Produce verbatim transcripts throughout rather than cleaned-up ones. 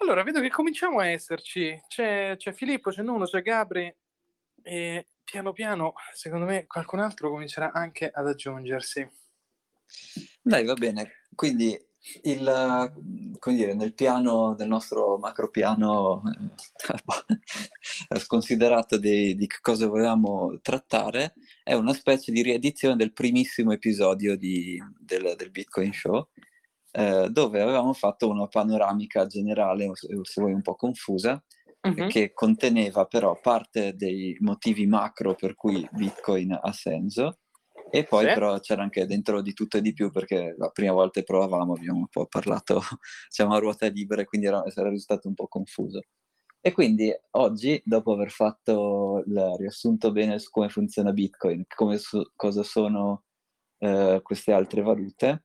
Allora, vedo che cominciamo a esserci. C'è, c'è Filippo, c'è Nuno, c'è Gabri e piano piano, secondo me, qualcun altro comincerà anche ad aggiungersi. Dai, va bene. Quindi il, come dire, nel piano del nostro macro piano eh, sconsiderato di, di che cosa volevamo trattare, è una specie di riedizione del primissimo episodio di- del, del Bitcoin Show, eh, dove avevamo fatto una panoramica generale, o se, o se vuoi un po' confusa, eh, Mhm. che conteneva però parte dei motivi macro per cui Bitcoin ha senso, e poi Sì. però c'era anche dentro di tutto e di più, perché la prima volta che provavamo abbiamo un po' parlato, diciamo, a ruota libera, e quindi era, era risultato un po' confuso. E quindi oggi, dopo aver fatto il riassunto bene su come funziona Bitcoin, come su, cosa sono eh, queste altre valute,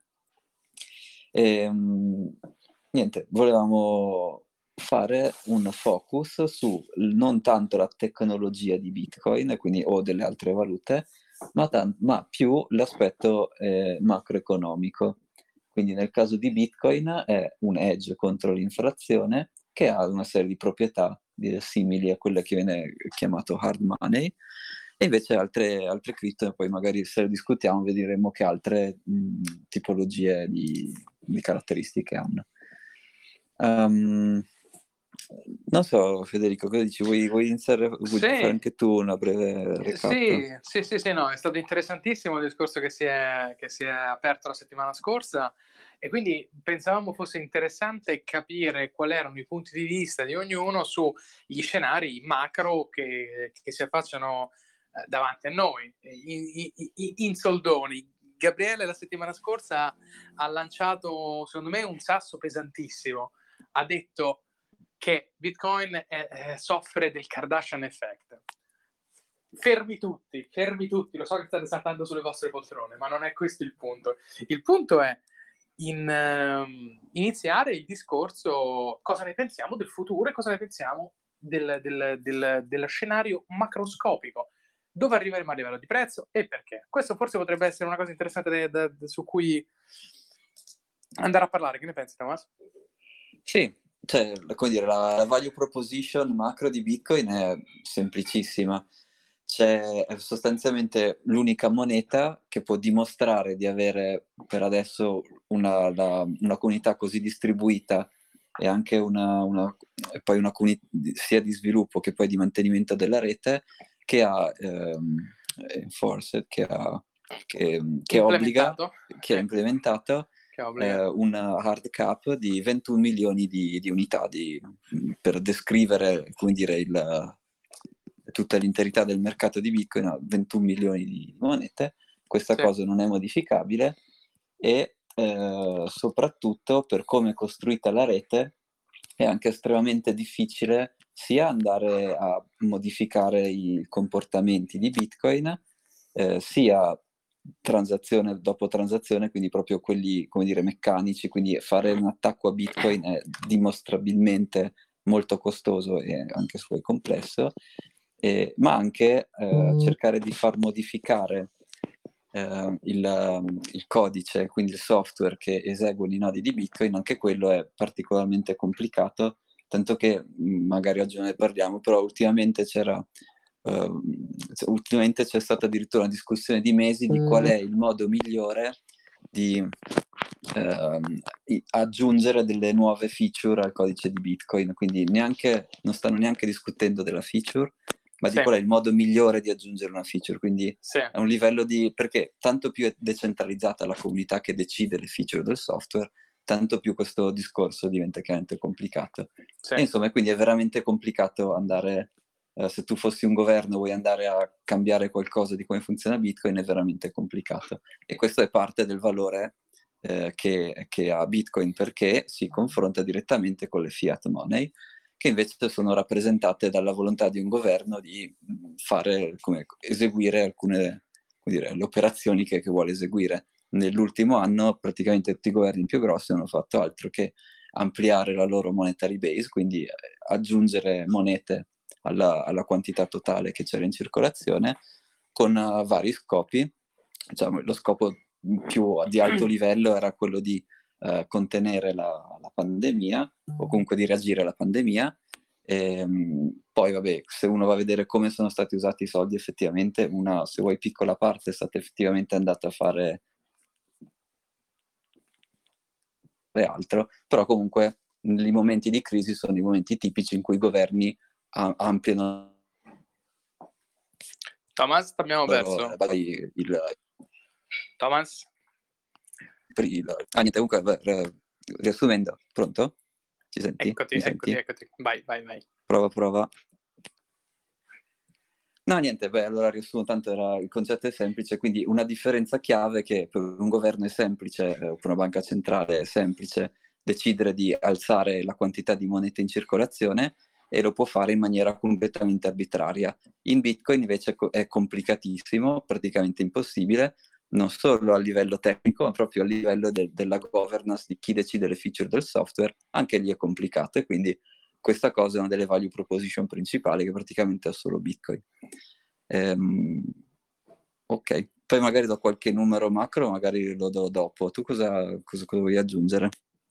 ehm, niente, volevamo fare un focus su non tanto la tecnologia di Bitcoin, quindi o delle altre valute, ma, tan- ma più l'aspetto eh, macroeconomico. Quindi nel caso di Bitcoin è un hedge contro l'inflazione che ha una serie di proprietà di- simili a quelle che viene chiamato hard money, e invece altre, altre cripto, poi magari se le discutiamo vedremo che altre mh, tipologie di, di caratteristiche hanno. Um, non so, Federico, cosa dici? Vuoi, vuoi iniziare, vuoi fare Sì, anche tu una breve recap? sì, sì, sì, sì, no, è stato interessantissimo il discorso che si è, che si è aperto la settimana scorsa e quindi pensavamo fosse interessante capire quali erano i punti di vista di ognuno sugli scenari macro che, che si affacciano eh, davanti a noi. In, in, in soldoni, Gabriele la settimana scorsa ha lanciato, secondo me, un sasso pesantissimo. Ha detto che Bitcoin è, è, soffre del Kardashian effect. Fermi tutti, fermi tutti, lo so che state saltando sulle vostre poltrone, ma non è questo il punto. Il punto è in, um, iniziare il discorso cosa ne pensiamo del futuro e cosa ne pensiamo del, del, del, dello scenario macroscopico. Dove arriveremo a livello di prezzo e perché? Questo forse potrebbe essere una cosa interessante de, de, de, su cui andare a parlare. Che ne pensi, Thomas? Sì, cioè, come dire, la, la value proposition macro di Bitcoin è semplicissima. C'è è sostanzialmente l'unica moneta che può dimostrare di avere per adesso una, la- una comunità così distribuita, e anche una, una- e poi una comunità sia di sviluppo che poi di mantenimento della rete, che ha ehm, enforced, che, ha, che, che obbliga, Implementato? che ha Sì, implementato che obbliga. eh, una hard cap di ventuno milioni di, di unità di, per descrivere, come dire, il, tutta l'interità del mercato di Bitcoin a ventuno milioni di monete. Questa Sì. cosa non è modificabile, e eh, soprattutto per come è costruita la rete è anche estremamente difficile sia andare a modificare i comportamenti di Bitcoin, eh, sia transazione dopo transazione, quindi proprio quelli, come dire, meccanici, quindi fare un attacco a Bitcoin è dimostrabilmente molto costoso e anche suo complesso, eh, ma anche eh, cercare di far modificare eh, il, il codice, quindi il software che esegue i nodi di Bitcoin, anche quello è particolarmente complicato, tanto che magari oggi ne parliamo, però ultimamente c'era Uh, ultimamente c'è stata addirittura una discussione di mesi di qual è il modo migliore di uh, aggiungere delle nuove feature al codice di Bitcoin, quindi neanche, non stanno neanche discutendo della feature, ma di Sì. qual è il modo migliore di aggiungere una feature, quindi Sì. è un livello di, perché tanto più è decentralizzata la comunità che decide le feature del software, tanto più questo discorso diventa chiaramente complicato. Sì. E insomma, quindi è veramente complicato andare, eh, se tu fossi un governo e vuoi andare a cambiare qualcosa di come funziona Bitcoin, è veramente complicato. E questo è parte del valore eh, che, che ha Bitcoin, perché si confronta direttamente con le fiat money, che invece sono rappresentate dalla volontà di un governo di fare, come, eseguire alcune, come dire, le operazioni che, che vuole eseguire. Nell'ultimo anno praticamente tutti i governi più grossi non hanno fatto altro che ampliare la loro monetary base, quindi aggiungere monete alla, alla quantità totale che c'era in circolazione, con uh, vari scopi. Diciamo, lo scopo più di alto livello era quello di eh, contenere la, la pandemia o comunque di reagire alla pandemia. E, mh, poi vabbè, se uno va a vedere come sono stati usati i soldi effettivamente, una, se vuoi piccola parte, è stata effettivamente andata a fare altro, però comunque i momenti di crisi sono i momenti tipici in cui i governi a- ampliano Thomas, ti abbiamo loro, perso. il, il, Thomas? il, ah, niente, comunque, beh, riassumendo, pronto? Ci senti? Eccoti, Mi eccoti, senti? eccoti. Vai, vai, vai. Prova, prova. No, niente, beh, allora riassumo, tanto era, il concetto è semplice, quindi una differenza chiave è che per un governo è semplice, eh, per una banca centrale è semplice decidere di alzare la quantità di monete in circolazione e lo può fare in maniera completamente arbitraria. In Bitcoin invece è complicatissimo, praticamente impossibile, non solo a livello tecnico, ma proprio a livello de- della governance di chi decide le feature del software, anche lì è complicato e quindi questa cosa è una delle value proposition principali che praticamente ha solo Bitcoin. Ehm, ok, poi magari do qualche numero macro, magari lo do dopo. Tu cosa, cosa, cosa vuoi aggiungere?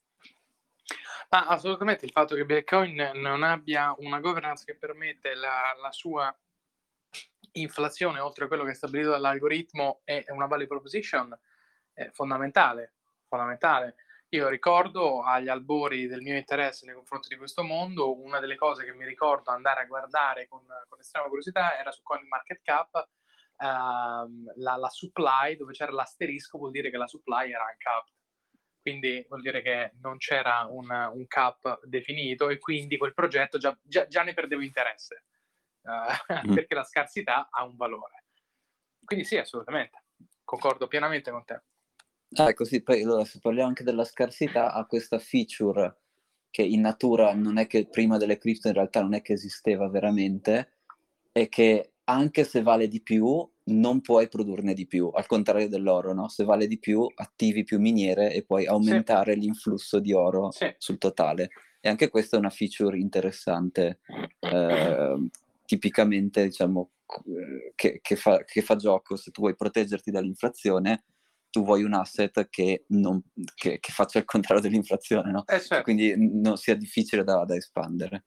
Ah, assolutamente, il fatto che Bitcoin non abbia una governance che permette la, la sua inflazione oltre a quello che è stabilito dall'algoritmo è una value proposition è fondamentale, fondamentale. Io ricordo agli albori del mio interesse nei confronti di questo mondo, una delle cose che mi ricordo andare a guardare con, con estrema curiosità era su CoinMarketCap ehm, la, la supply, dove c'era l'asterisco, vuol dire che la supply era uncapped. Quindi vuol dire che non c'era un, un cap definito e quindi quel progetto già, già, già ne perdevo interesse, uh, perché la scarsità ha un valore. Quindi sì, assolutamente, concordo pienamente con te. Ah, ecco, sì, poi allora, se parliamo anche della scarsità, ha questa feature che in natura non è che prima delle cripto in realtà non è che esisteva veramente, è che anche se vale di più, non puoi produrne di più, al contrario dell'oro, no? Se vale di più, attivi più miniere e puoi aumentare sì. l'influsso di oro sì. sul totale. E anche questa è una feature interessante, eh, tipicamente, diciamo, che, che, fa, che fa gioco. Se tu vuoi proteggerti dall'inflazione, tu vuoi un asset che, non, che, che faccia il contrario dell'inflazione, no? Eh, certo. Quindi non sia difficile da, da espandere.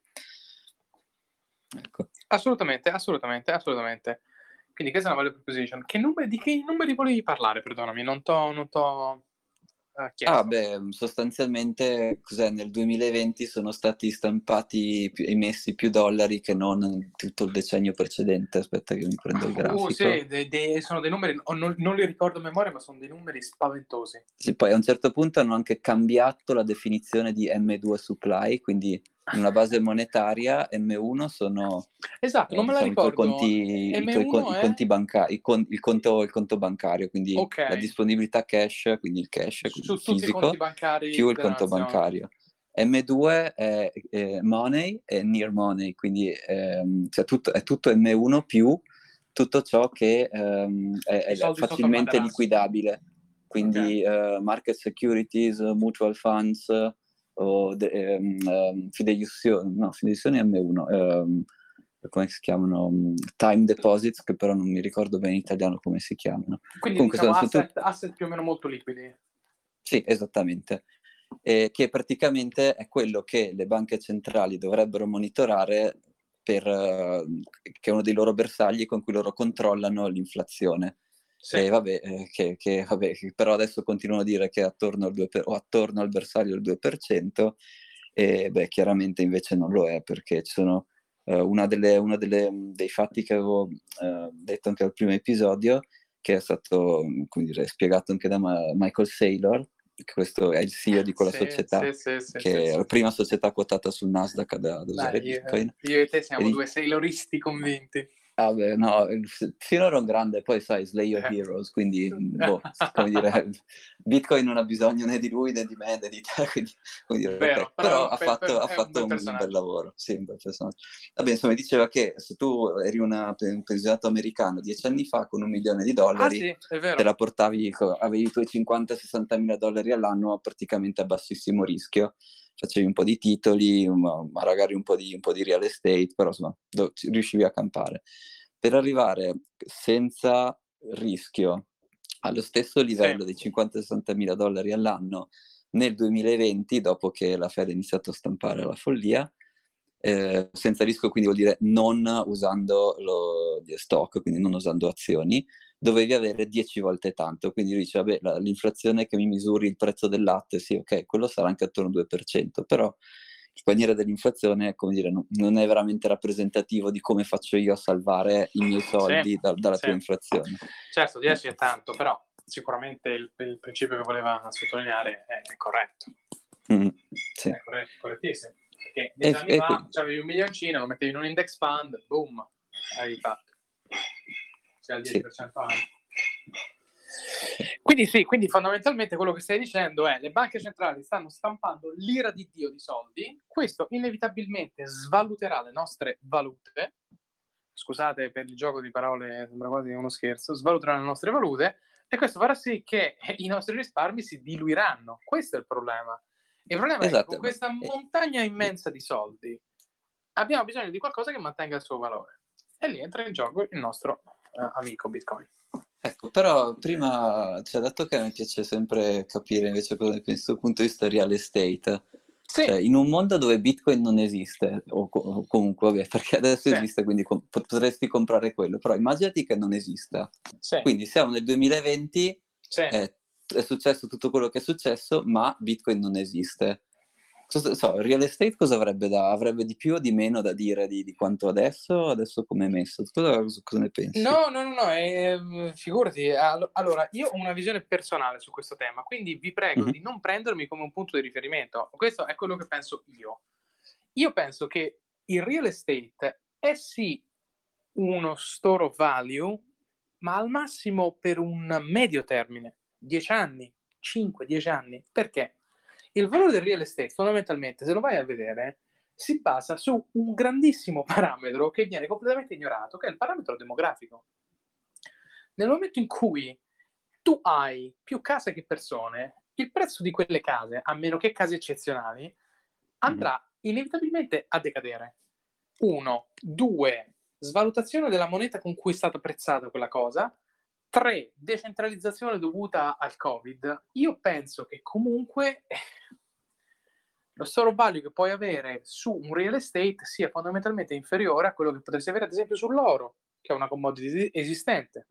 Ecco. Assolutamente, assolutamente, assolutamente. Quindi questa è una value proposition. Che numeri, di che numeri volevi parlare? Perdonami, non t'ho, non t'ho uh, chiesto. Ah, beh, sostanzialmente cos'è, nel duemilaventi sono stati stampati, più, emessi più dollari che non tutto il decennio precedente. Aspetta che mi prendo il grafico. Oh, sì, de, de, sono dei numeri, non, non li ricordo a memoria, ma sono dei numeri spaventosi. Sì, poi a un certo punto hanno anche cambiato la definizione di M due supply, quindi in una base monetaria M uno sono esatto, non eh, me la diciamo, i tuoi ricordo. conti, i tuoi con, M uno i è... conti bancari, il, con, il, conto, il conto bancario, quindi okay. la disponibilità cash, quindi il cash Su quindi tutti fisico, i conti bancari più il della conto nazione. bancario. M due è, è money e near money, quindi ehm, cioè tutto, è tutto M uno più tutto ciò che ehm, è, è facilmente liquidabile. Quindi okay. uh, market securities, mutual funds, o de, um, um, fideiussioni, no, fideiussioni M uno, um, come si chiamano? Time deposits, che però non mi ricordo bene in italiano come si chiamano. Quindi comunque diciamo sono asset, tut... asset più o meno molto liquidi. Sì, esattamente. E che praticamente è quello che le banche centrali dovrebbero monitorare per, uh, che è uno dei loro bersagli con cui loro controllano l'inflazione. Sì. E vabbè, eh, che, che, vabbè, però adesso continuano a dire che è attorno al due per cento o attorno al bersaglio del due per cento, e beh, chiaramente invece non lo è, perché ci sono eh, una, delle, una delle, dei fatti che avevo eh, detto anche al primo episodio, che è stato, come dire, spiegato anche da Ma- Michael Saylor, che questo è il C E O di quella sì, società, sì, sì, che sì, è sì, la prima società quotata sul Nasdaq da, da usare Dai, io, Bitcoin. Io e te siamo e due Sayloristi convinti. Ah beh, no, fino ero un grande, poi sai, Slay Your Heroes, quindi, boh, come dire, Bitcoin non ha bisogno né di lui né di me né di te, quindi, come dire, Vero, okay. però, però ha per, fatto, per, ha fatto un, un, un bel lavoro, sì, un bel personaggio. Vabbè, insomma, diceva che se tu eri una, un pensionato americano dieci anni fa con un milione di dollari, ah, sì, è vero. te la portavi, avevi i tuoi cinquanta sessanta mila dollari all'anno praticamente a bassissimo rischio. Facevi un po' di titoli, ma magari un po' di, un po' di real estate, però insomma do, riuscivi a campare. Per arrivare senza rischio allo stesso livello sì. dei cinquanta sessanta mila dollari all'anno nel duemilaventi, dopo che la Fed ha iniziato a stampare la follia, eh, senza rischio quindi vuol dire non usando lo, gli stock, quindi non usando azioni, dovevi avere dieci volte tanto. Quindi lui dice, vabbè, la, l'inflazione che mi misuri il prezzo del latte, sì, ok, quello sarà anche attorno al due per cento, però il paniere dell'inflazione, come dire, no, non è veramente rappresentativo di come faccio io a salvare i miei soldi Sì, da, dalla sì. tua inflazione. Certo, dieci è tanto, però sicuramente il, il principio che voleva sottolineare è, è corretto. Mm, sì. È corretto, correttissimo. Perché dieci anni fa quindi... avevi un milioncino, lo mettevi in un index fund, boom, hai fatto. C'è il dieci per cento sì. Anno. Quindi sì, quindi fondamentalmente quello che stai dicendo è le banche centrali stanno stampando l'ira di Dio di soldi, questo inevitabilmente svaluterà le nostre valute, scusate per il gioco di parole, sembra quasi uno scherzo, svaluterà le nostre valute e questo farà sì che i nostri risparmi si diluiranno. Questo è il problema. Il problema esatto, è che con questa montagna immensa di soldi abbiamo bisogno di qualcosa che mantenga il suo valore. E lì entra in gioco il nostro uh, amico Bitcoin. Ecco, però prima ci ha detto che mi piace sempre capire invece cosa ne pensi dal punto di vista real estate. Sì. Cioè, in un mondo dove Bitcoin non esiste, o, co- o comunque, vabbè, perché adesso sì. esiste, quindi com- potresti comprare quello, però immaginati che non esista. Sì. Quindi siamo nel duemilaventi, sì. è, è successo tutto quello che è successo, ma Bitcoin non esiste. So, so, real estate cosa avrebbe da avrebbe di più o di meno da dire di, di quanto adesso? Adesso come è messo? Cosa, cosa ne pensi? No, no, no, no eh, figurati. Allora, io ho una visione personale su questo tema, quindi vi prego mm-hmm. di non prendermi come un punto di riferimento. Questo è quello che penso io. Io penso che il real estate è sì uno store of value, ma al massimo per un medio termine, dieci anni, cinque dieci anni. Perché? Il valore del real estate, fondamentalmente, se lo vai a vedere, si basa su un grandissimo parametro che viene completamente ignorato, che è il parametro demografico. Nel momento in cui tu hai più case che persone, il prezzo di quelle case, a meno che casi eccezionali, andrà mm-hmm. inevitabilmente a decadere. Uno, due, svalutazione della moneta con cui è stata apprezzata quella cosa. Tre, decentralizzazione dovuta al Covid. Io penso che comunque lo store of value che puoi avere su un real estate sia fondamentalmente inferiore a quello che potresti avere ad esempio sull'oro, che è una commodity esistente.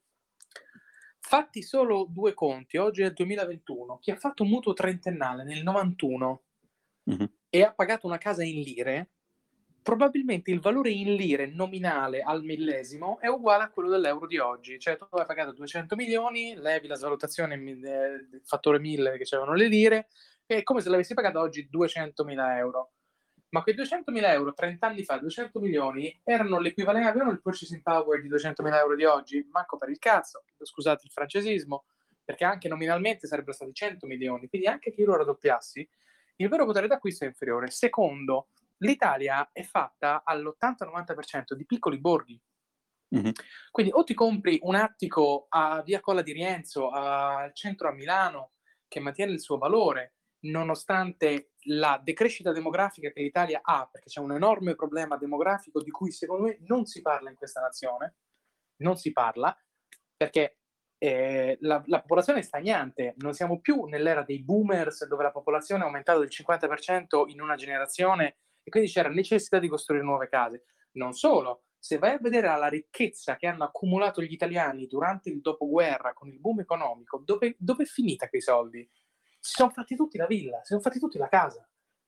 Fatti solo due conti, oggi è il duemilaventuno, chi ha fatto un mutuo trentennale nel novantuno mm-hmm. e ha pagato una casa in lire, probabilmente il valore in lire nominale al millesimo è uguale a quello dell'euro di oggi. Cioè tu hai pagato duecento milioni, levi la svalutazione del fattore mille che c'erano le lire, è come se l'avessi pagato oggi duecentomila euro. Ma quei duecentomila euro, trenta anni fa, duecento milioni, erano l'equivalente, avevano il purchasing power di duecentomila euro di oggi? Manco per il cazzo, scusate il francesismo, perché anche nominalmente sarebbero stati cento milioni, quindi anche che io lo raddoppiassi, il vero potere d'acquisto è inferiore. Secondo, l'Italia è fatta all'ottanta novanta per cento di piccoli borghi. Mm-hmm. Quindi o ti compri un attico a Via Colla di Rienzo, al centro a Milano, che mantiene il suo valore, nonostante la decrescita demografica che l'Italia ha, perché c'è un enorme problema demografico di cui secondo me non si parla in questa nazione, non si parla, perché eh, la, la popolazione è stagnante, non siamo più nell'era dei boomers dove la popolazione è aumentata del cinquanta per cento in una generazione e quindi c'era necessità di costruire nuove case. Non solo, se vai a vedere la ricchezza che hanno accumulato gli italiani durante il dopoguerra con il boom economico, dove, dove è finita quei soldi? Si sono fatti tutti la villa, si sono fatti tutti la casa.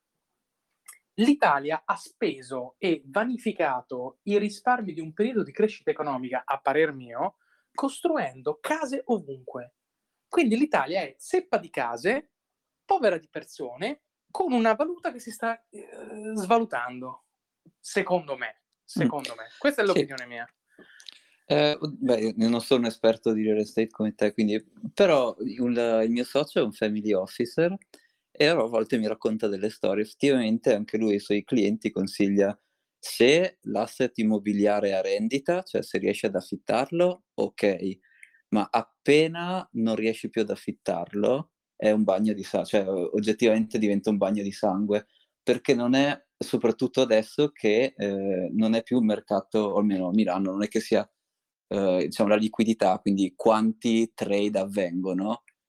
L'Italia ha speso e vanificato i risparmi di un periodo di crescita economica, a parer mio, costruendo case ovunque. Quindi l'Italia è zeppa di case, povera di persone, con una valuta che si sta eh, svalutando, secondo me. Secondo mm. me. Questa è l'opinione sì. mia. Eh, beh, io non sono un esperto di real estate come te, quindi, però il, il mio socio è un family officer e a volte mi racconta delle storie. Effettivamente anche lui ai suoi clienti consiglia: se l'asset immobiliare è a rendita, cioè se riesci ad affittarlo, ok, ma appena non riesci più ad affittarlo è un bagno di sangue, cioè oggettivamente diventa un bagno di sangue, perché non è, soprattutto adesso che eh, non è più un mercato, o almeno a Milano, non è che sia Uh, diciamo la liquidità, quindi quanti trade avvengono,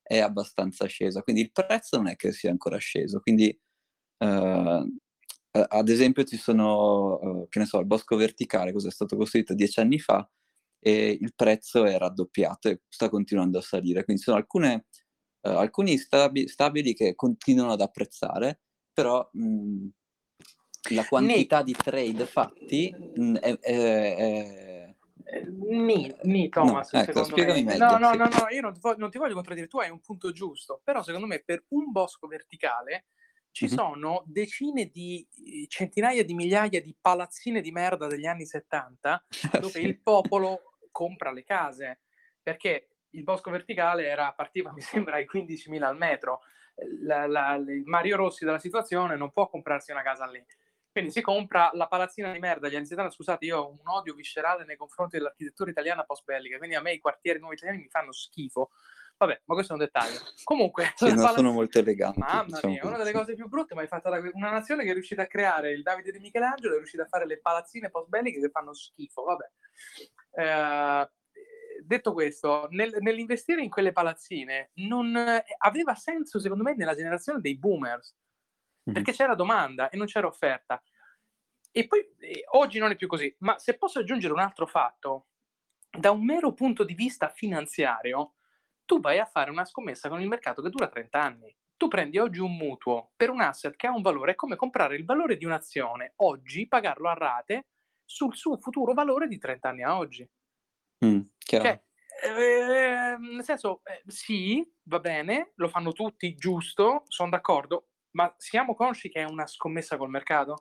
è abbastanza scesa, quindi il prezzo non è che sia ancora sceso, quindi eh, ad esempio ci sono, eh, che ne so, il Bosco Verticale, cos'è stato costruito dieci anni fa, e il prezzo è raddoppiato e sta continuando a salire, quindi ci sono alcune, eh, alcuni stabi- stabili che continuano ad apprezzare, però mh, la quantità Ni, di trade fatti mh, è, è- è- eh, ni, ni, no, Thomas, ecco, secondo spiegami me. No, meglio, no, sì. no, no, io non ti, voglio, non ti voglio contraddire, tu hai un punto giusto, però secondo me per un bosco verticale ci Mhm. sono decine di eh, centinaia di migliaia di palazzine di merda degli anni settanta dove Sì. il popolo compra le case, perché il bosco verticale era, partiva, mi sembra, ai quindicimila al metro. La, la, il Mario Rossi della situazione non può comprarsi una casa lì. Quindi si compra la palazzina di merda degli anni settanta. Scusate, io ho un odio viscerale nei confronti dell'architettura italiana post-bellica, quindi a me i quartieri nuovi italiani mi fanno schifo. Vabbè, ma questo è un dettaglio. Comunque, Sì, la non sono palazzina... molto eleganti, Mamma diciamo mia, una così. delle Sì. cose più brutte mai fatta da una nazione che è riuscita a creare il Davide di Michelangelo, è riuscita a fare le palazzine post-belliche che fanno schifo. Vabbè. Eh, detto questo, nel, nell'investire in quelle palazzine non aveva senso, secondo me, nella generazione dei boomers, perché c'era domanda e non c'era offerta. E poi eh, oggi non è più così, ma se posso aggiungere un altro fatto, da un mero punto di vista finanziario, tu vai a fare una scommessa con il mercato che dura trenta anni. Tu prendi oggi un mutuo per un asset che ha un valore, è come comprare il valore di un'azione oggi, pagarlo a rate sul suo futuro valore di trenta anni a oggi. Mm, chiaro. Cioè, eh, nel senso, eh, sì, va bene, lo fanno tutti, giusto, sono d'accordo, ma siamo consci che è una scommessa col mercato?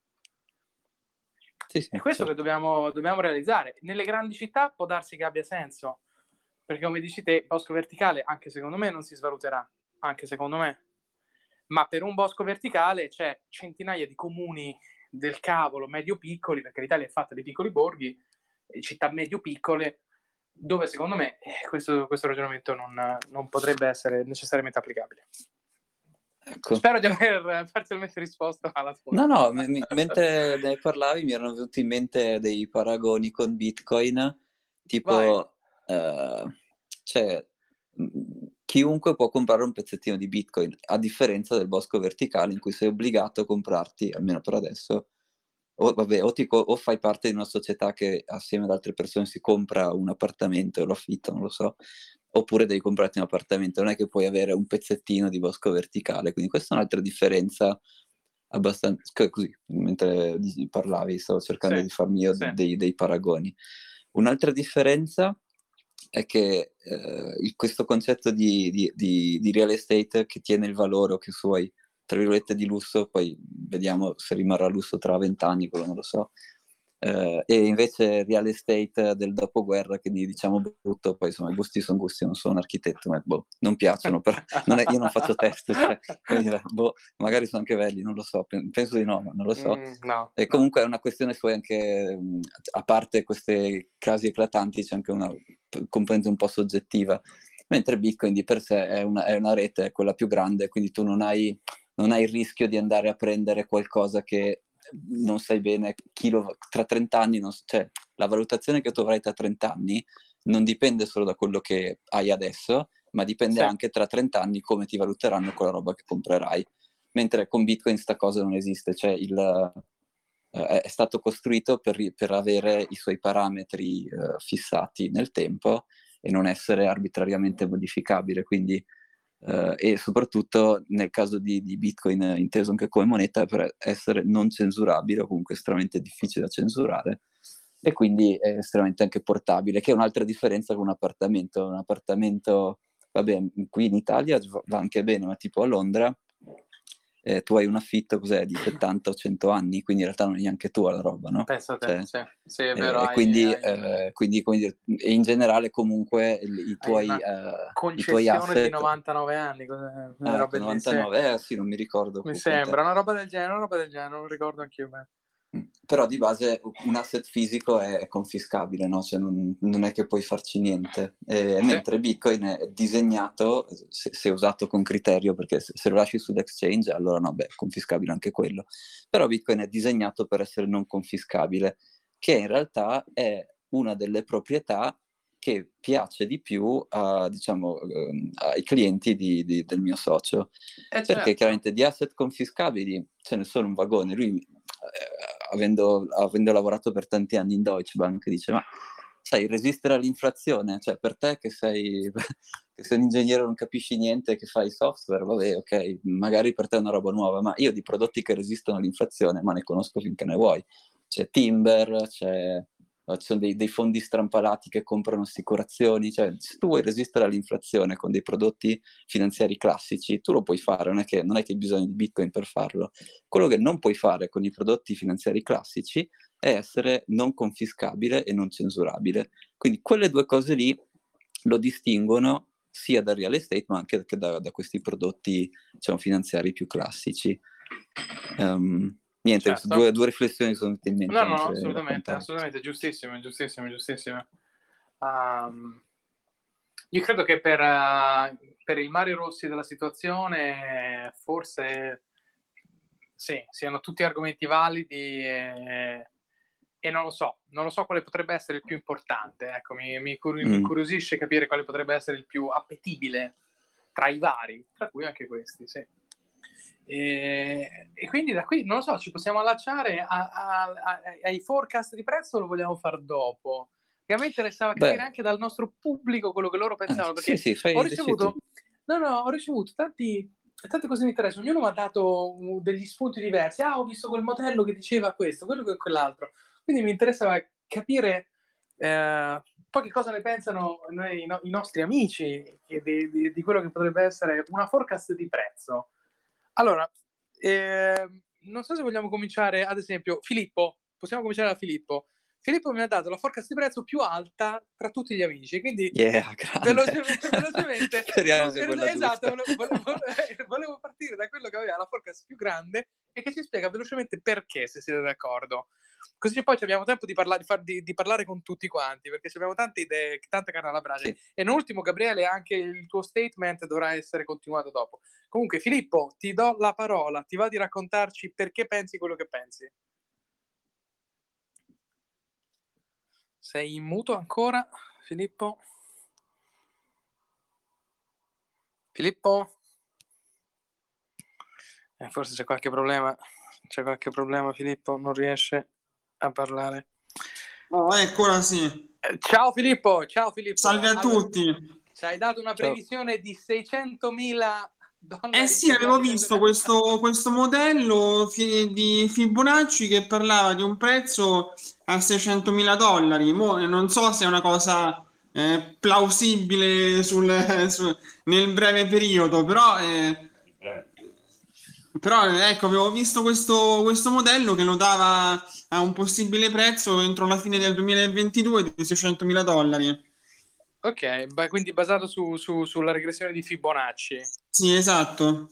Sì, sì, È questo certo. che dobbiamo, dobbiamo realizzare. Nelle grandi città può darsi che abbia senso, perché come dici te, bosco verticale, anche secondo me, non si svaluterà, anche secondo me. Ma per un bosco verticale c'è centinaia di comuni del cavolo medio-piccoli, perché l'Italia è fatta di piccoli borghi, città medio-piccole, dove secondo me eh, questo, questo ragionamento non, non potrebbe essere necessariamente applicabile. Ecco. Spero di aver parzialmente risposto alla tua No, no, domanda. mi- mi- mentre ne parlavi mi erano venuti in mente dei paragoni con Bitcoin, Vai. tipo, eh, cioè, mh, chiunque può comprare un pezzettino di Bitcoin, a differenza del bosco verticale in cui sei obbligato a comprarti, almeno per adesso, o, vabbè, o, ti co- o fai parte di una società che assieme ad altre persone si compra un appartamento e lo affitta, non lo so, oppure devi comprarti un appartamento, non è che puoi avere un pezzettino di bosco verticale, quindi questa è un'altra differenza abbastanza così, mentre parlavi stavo cercando Sì, di farmi io sì. dei, dei paragoni. Un'altra differenza è che eh, il- questo concetto di, di, di, di real estate che tiene il valore o che suoi, tra virgolette, di lusso, poi vediamo se rimarrà lusso tra vent'anni, quello non lo so, eh, e invece real estate del dopoguerra che diciamo brutto, poi insomma i gusti sono gusti, non sono un architetto, ma boh, non piacciono, però non è, io non faccio test, cioè, dire, boh, magari sono anche belli, non lo so, penso di no, ma non lo so. Mm, no, E no. comunque è una questione poi anche, a parte questi casi eclatanti, c'è anche una componente un po' soggettiva, mentre Bitcoin di per sé è una, è una rete, è quella più grande, quindi tu non hai, non hai il rischio di andare a prendere qualcosa che non sai bene chi lo, tra trenta anni, non, cioè la valutazione che tu avrai tra trenta anni non dipende solo da quello che hai adesso, ma dipende Sì. anche tra trenta anni come ti valuteranno con la roba che comprerai. Mentre con Bitcoin sta cosa non esiste, cioè il, eh, è stato costruito per, per avere i suoi parametri eh, fissati nel tempo e non essere arbitrariamente modificabile, quindi Uh, e soprattutto nel caso di, di Bitcoin inteso anche come moneta per essere non censurabile o comunque estremamente difficile da censurare e quindi è estremamente anche portabile, che è un'altra differenza con un appartamento. Un appartamento, vabbè, qui in Italia va anche bene, ma tipo a Londra eh, tu hai un affitto cos'è, di settanta o cento anni, quindi in realtà non è neanche tua la roba, no? Penso a te, Cioè, sì, sì, è vero, e hai, quindi, hai, eh, quindi come dire, e in generale comunque il- i hai tuoi, una eh, i tuoi concessione di asset. novantanove anni, cos'è? Una Ah, roba ecco, del sì. novantanove, eh sì, non mi ricordo Mi quanto è. sembra, una roba del genere, una roba del genere, non lo ricordo anch'io bene. Però di base un asset fisico è confiscabile, no? Cioè non, non è che puoi farci niente. Eh, Sì. mentre Bitcoin è disegnato, se, se usato con criterio, perché se, se lo lasci sull'exchange, allora no, beh, è confiscabile anche quello. Però Bitcoin è disegnato per essere non confiscabile, che in realtà è una delle proprietà che piace di più a, diciamo, ehm, ai clienti di, di, del mio socio. Eh, Perché certo. chiaramente di asset confiscabili ce ne sono un vagone. Lui, eh, avendo, avendo lavorato per tanti anni in Deutsche Bank, dice, ma sai, resistere all'inflazione, cioè per te che sei, che sei un ingegnere non capisci niente, che fai software, vabbè, ok, magari per te è una roba nuova, ma io di prodotti che resistono all'inflazione, ma ne conosco finché ne vuoi. C'è Timber, c'è, ci sono dei, dei fondi strampalati che comprano assicurazioni, cioè se tu vuoi resistere all'inflazione con dei prodotti finanziari classici, tu lo puoi fare, non è che, non è che hai bisogno di Bitcoin per farlo. Quello che non puoi fare con i prodotti finanziari classici è essere non confiscabile e non censurabile. Quindi quelle due cose lì lo distinguono sia dal real estate ma anche da, da questi prodotti, diciamo, finanziari più classici. Um, niente, certo. due, due riflessioni sono venute in mente. No, no, no, assolutamente, assolutamente, giustissime, giustissime, giustissime. Um, io credo che per, uh, per il mari rossi della situazione forse sì, siano tutti argomenti validi e, e non lo so, non lo so quale potrebbe essere il più importante, ecco, mi, mi, cur- mm. mi incuriosisce capire quale potrebbe essere il più appetibile tra i vari, tra cui anche questi, sì. E, e quindi da qui, non lo so, ci possiamo allacciare a, a, a, ai forecast di prezzo o lo vogliamo fare dopo? Che a me interessava capire Beh. anche dal nostro pubblico quello che loro pensavano, eh, perché sì, sì, fai, ho ricevuto, no, no, ho ricevuto tanti, tante cose mi interessano, ognuno mi ha dato degli spunti diversi, ah, ho visto quel modello che diceva questo, quello che quell'altro, quindi mi interessava capire eh, poi che cosa ne pensano noi, i, no, i nostri amici di, di, di quello che potrebbe essere una forecast di prezzo. Allora, eh, non so se vogliamo cominciare, ad esempio, Filippo, possiamo cominciare da Filippo. Filippo mi ha dato la forecast di prezzo più alta tra tutti gli amici, quindi yeah, velocemente, velocemente non, esatto, volevo, volevo, volevo partire da quello che aveva la forecast più grande e che ci spiega velocemente perché, se siete d'accordo. Così poi abbiamo tempo di parlare, di, far, di, di parlare con tutti quanti, perché abbiamo tante idee, tante carne alla brace. Sì. E in ultimo, Gabriele, anche il tuo statement dovrà essere continuato dopo. Comunque, Filippo, ti do la parola, ti va di raccontarci perché pensi quello che pensi? Sei in muto ancora, Filippo? Filippo? Eh, forse c'è qualche problema. C'è qualche problema, Filippo? Non riesce a parlare. Oh, eccola sì. Eh, ciao Filippo, ciao Filippo. Salve a allora, tutti. Ci hai dato una previsione ciao. Di seicentomila dollari. Eh sì, avevo visto questo, questo modello di Fibonacci che parlava di un prezzo a seicentomila dollari. Mo, non so se è una cosa eh, plausibile sul, su, nel breve periodo, però... Eh, Però ecco, avevo visto questo, questo modello che lo dava a un possibile prezzo entro la fine del duemilaventidue di seicentomila dollari. Ok, beh, quindi basato su, su, sulla regressione di Fibonacci. Sì, esatto.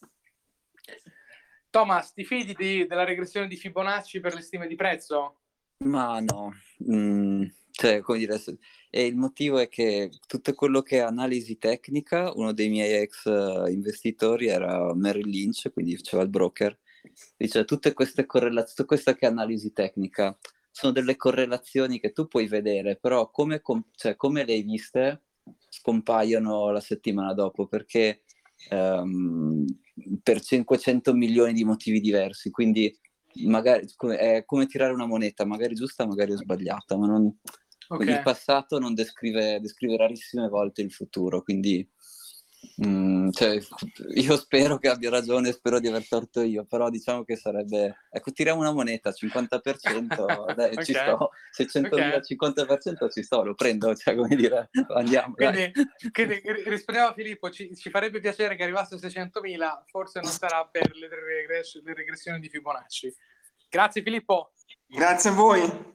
Thomas, ti fidi di, della regressione di Fibonacci per le stime di prezzo? Ma no, mm, cioè, come dire, e il motivo è che tutto quello che è analisi tecnica, uno dei miei ex investitori era Merrill Lynch, quindi faceva il broker, dice tutte queste correlazioni, tutta questa che è analisi tecnica, sono delle correlazioni che tu puoi vedere, però come, com- cioè, come le hai viste scompaiono la settimana dopo, perché um, per cinquecento milioni di motivi diversi, quindi magari è come tirare una moneta, magari giusta, magari sbagliata, ma non, okay. Il passato non descrive, descrive rarissime volte il futuro, quindi mm, cioè, io spero che abbia ragione, spero di aver torto io, però diciamo che sarebbe, ecco, tiriamo una moneta, cinquanta per cento, dai, okay. Ci sto, seicentomila, okay. cinquanta per cento ci sto, lo prendo, cioè come dire, andiamo, quindi, quindi rispondiamo a Filippo, ci, ci farebbe piacere che arrivasse a seicentomila, forse non sarà per le, regress- le regressioni di Fibonacci. Grazie Filippo. Grazie a voi.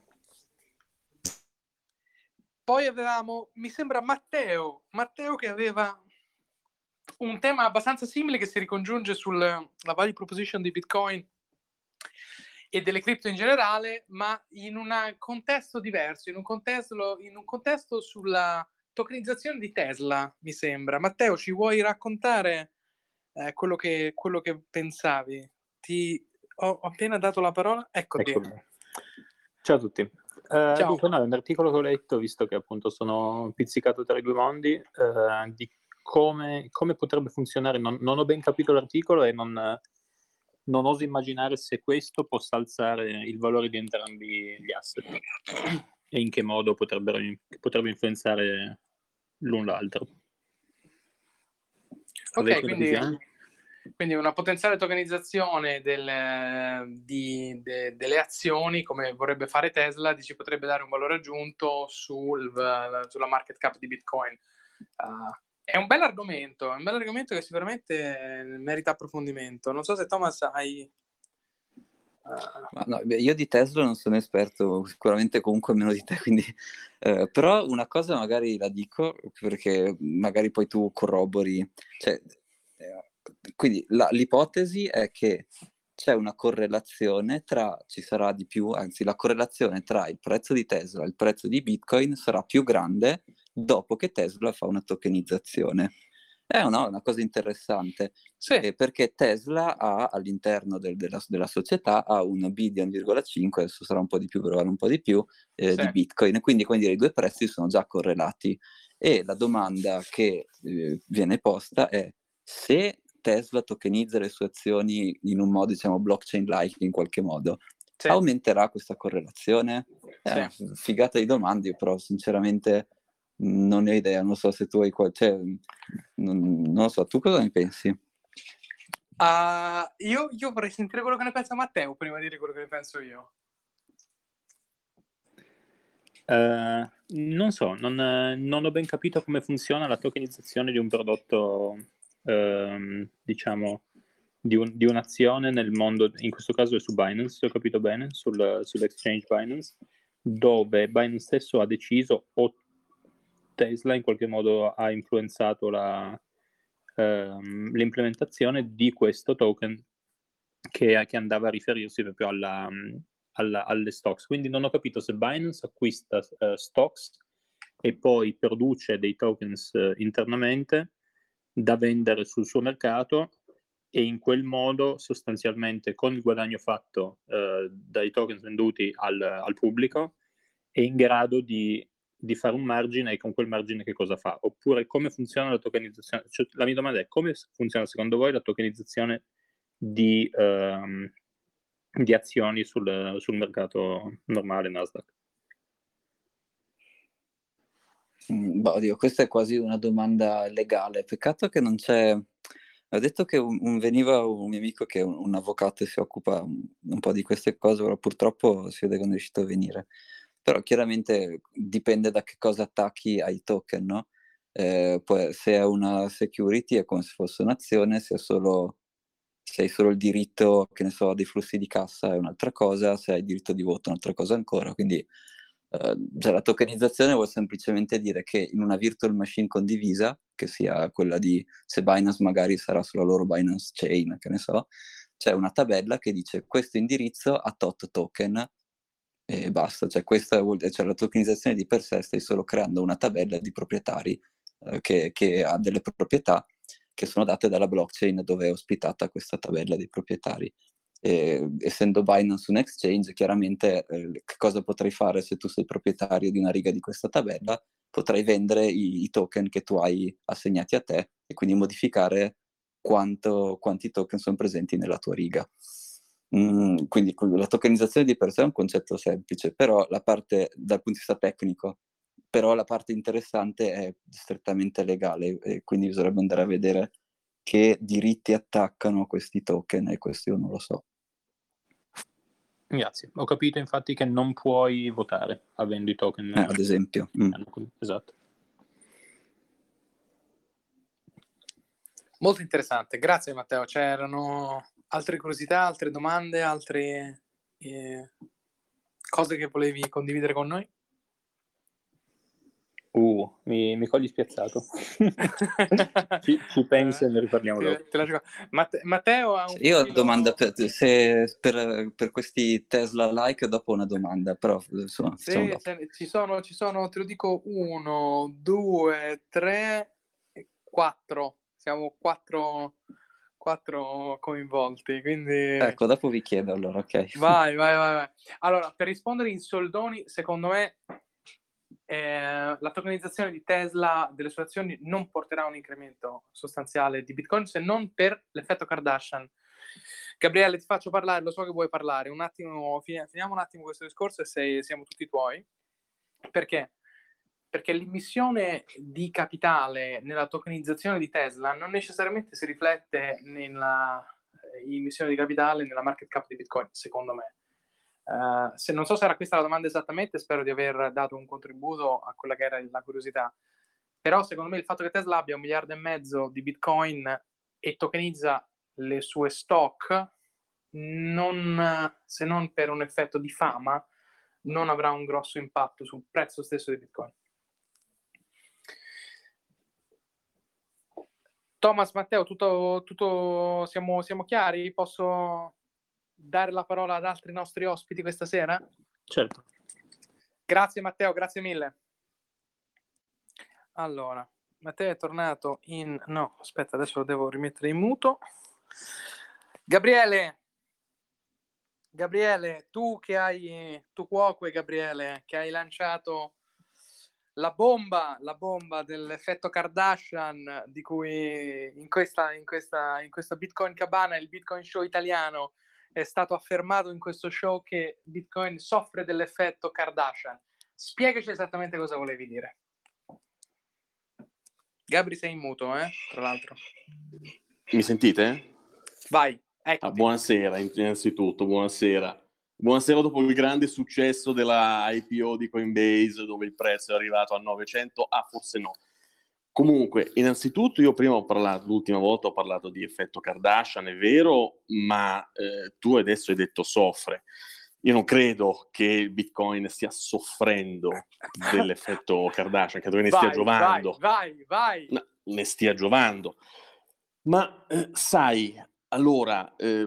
Poi avevamo, mi sembra, Matteo, Matteo che aveva un tema abbastanza simile che si ricongiunge sulla value proposition di Bitcoin e delle cripto in generale, ma in un contesto diverso, in un contesto, in un contesto sulla tokenizzazione di Tesla, mi sembra. Matteo, ci vuoi raccontare eh, quello, che, quello che pensavi? Ti ho appena dato la parola, eccoti. Eccomi. Ciao a tutti. Uh, Ciao. dunque, no, è un articolo che ho letto, visto che appunto sono pizzicato tra i due mondi, uh, di come, come potrebbe funzionare. Non, non ho ben capito l'articolo e non, non oso immaginare se questo possa alzare il valore di entrambi gli asset e in che modo potrebbero, potrebbe influenzare l'un l'altro. Ok, quindi, quindi una potenziale tokenizzazione del, di, de, delle azioni, come vorrebbe fare Tesla, dici, potrebbe dare un valore aggiunto sul, sulla market cap di Bitcoin. Uh, è un bel argomento, è un bel argomento che sicuramente merita approfondimento. Non so se Thomas hai... Uh... Ma no, io di Tesla non sono esperto, sicuramente comunque meno di te, quindi... Uh, però una cosa magari la dico, perché magari poi tu corrobori... Cioè, quindi la, l'ipotesi è che c'è una correlazione tra, ci sarà di più, anzi la correlazione tra il prezzo di Tesla e il prezzo di Bitcoin sarà più grande dopo che Tesla fa una tokenizzazione. È una, una cosa interessante, sì. eh, perché Tesla ha all'interno del, della, della società ha un billion virgola cinque, adesso sarà un po' di più, però vale un po' di più, eh, sì. di Bitcoin, quindi come dire, i due prezzi sono già correlati. E la domanda che eh, viene posta è: se Tesla tokenizza le sue azioni in un modo, diciamo, blockchain-like in qualche modo, sì. aumenterà questa correlazione? È sì. una figata di domande, io però sinceramente non ne ho idea, non so se tu hai qual... cioè, non, non lo so, tu cosa ne pensi? Uh, io, io vorrei sentire quello che ne pensa Matteo prima di dire quello che ne penso io. Uh, non so, non, non ho ben capito come funziona la tokenizzazione di un prodotto, uh, diciamo, di, un, di un'azione nel mondo, in questo caso è su Binance, se ho capito bene, sul, sull'exchange Binance, dove Binance stesso ha deciso, o Tesla in qualche modo ha influenzato la, uh, l'implementazione di questo token che, che andava a riferirsi proprio alla... Alla, alle stocks. Quindi non ho capito se Binance acquista uh, stocks e poi produce dei tokens uh, internamente da vendere sul suo mercato, e in quel modo sostanzialmente con il guadagno fatto uh, dai tokens venduti al, al pubblico è in grado di, di fare un margine, e con quel margine che cosa fa? Oppure come funziona la tokenizzazione? Cioè, la mia domanda è: come funziona secondo voi la tokenizzazione di uh, di azioni sul, sul mercato normale Nasdaq? Mm, boh, oddio, questa è quasi una domanda legale. Peccato che non c'è. Ho detto che un, un veniva un mio amico che è un, un avvocato e si occupa un, un po' di queste cose, però purtroppo si vede che non è riuscito a venire. Però chiaramente dipende da che cosa attacchi ai token, no? Eh, poi, se è una security è come se fosse un'azione, se è solo se hai solo il diritto, che ne so, dei flussi di cassa è un'altra cosa, se hai il diritto di voto è un'altra cosa ancora. Quindi eh, cioè, la tokenizzazione vuol semplicemente dire che in una virtual machine condivisa, che sia quella di, se Binance magari sarà sulla loro Binance Chain, che ne so, c'è una tabella che dice questo indirizzo ha tot token e basta. Cioè, questa vuol dire, cioè, la tokenizzazione di per sé, stai solo creando una tabella di proprietari eh, che, che ha delle proprietà che sono date dalla blockchain dove è ospitata questa tabella dei proprietari. E, essendo Binance un exchange, chiaramente eh, che cosa potrai fare se tu sei proprietario di una riga di questa tabella? Potrai vendere i, i token che tu hai assegnati a te e quindi modificare quanto, quanti token sono presenti nella tua riga. Mm, quindi la tokenizzazione di per sé è un concetto semplice, però la parte dal punto di vista tecnico, però la parte interessante è strettamente legale, e quindi bisognerebbe andare a vedere che diritti attaccano questi token, e questo io non lo so. Grazie, ho capito infatti che non puoi votare avendo i token. Eh, ad esempio. Mm. Esatto. Molto interessante, grazie Matteo. C'erano altre curiosità, altre domande, altre eh, cose che volevi condividere con noi? Uh, mi, mi cogli spiazzato. ci, ci penso e ne riparliamo dopo. Te, te Matte, Matteo ha un Io ho profilo... domanda per, se, per, per questi Tesla like, dopo una domanda, però insomma, sì, ci sono, ci sono, te lo dico, uno, due, tre, quattro. Siamo quattro, quattro coinvolti, quindi... Ecco, dopo vi chiedo allora, ok. Vai, vai, vai, vai. Allora, per rispondere in soldoni, secondo me eh, la tokenizzazione di Tesla delle sue azioni non porterà un incremento sostanziale di Bitcoin, se non per l'effetto Kardashian. Gabriele, ti faccio parlare, lo so che vuoi parlare, un attimo, finiamo un attimo questo discorso e sei, siamo tutti tuoi. Perché? Perché l'immissione di capitale nella tokenizzazione di Tesla non necessariamente si riflette nella immissione di capitale nella market cap di Bitcoin, secondo me. Uh, se, non so se era questa la domanda esattamente, spero di aver dato un contributo a quella che era la curiosità, però secondo me il fatto che Tesla abbia un miliardo e mezzo di Bitcoin e tokenizza le sue stock, non, se non per un effetto di fama, non avrà un grosso impatto sul prezzo stesso di Bitcoin. Thomas, Matteo, tutto, tutto siamo, siamo chiari? Posso dare la parola ad altri nostri ospiti questa sera? Certo. Grazie Matteo, grazie mille. Allora, Matteo è tornato in... No, aspetta, adesso lo devo rimettere in muto. Gabriele, Gabriele, tu che hai, tu cuoque Gabriele, che hai lanciato la bomba, la bomba dell'effetto Kardashian, di cui in questa, in questa, in questa Bitcoin Cabana, il Bitcoin Show italiano, è stato affermato in questo show che Bitcoin soffre dell'effetto Kardashian. Spiegaci esattamente cosa volevi dire. Gabri, sei in muto, eh? Tra l'altro. Mi sentite? Vai, ecco. Ah, buonasera, innanzitutto, buonasera. Buonasera dopo il grande successo della I P O di Coinbase, dove il prezzo è arrivato a novecento, ah forse no. Comunque, innanzitutto io prima ho parlato, l'ultima volta ho parlato di effetto Kardashian, è vero, ma eh, tu adesso hai detto soffre. Io non credo che il Bitcoin stia soffrendo dell'effetto Kardashian, credo che ne vai, stia giovando. Vai, vai, vai. No, ne stia giovando. Ma eh, sai, allora... Eh,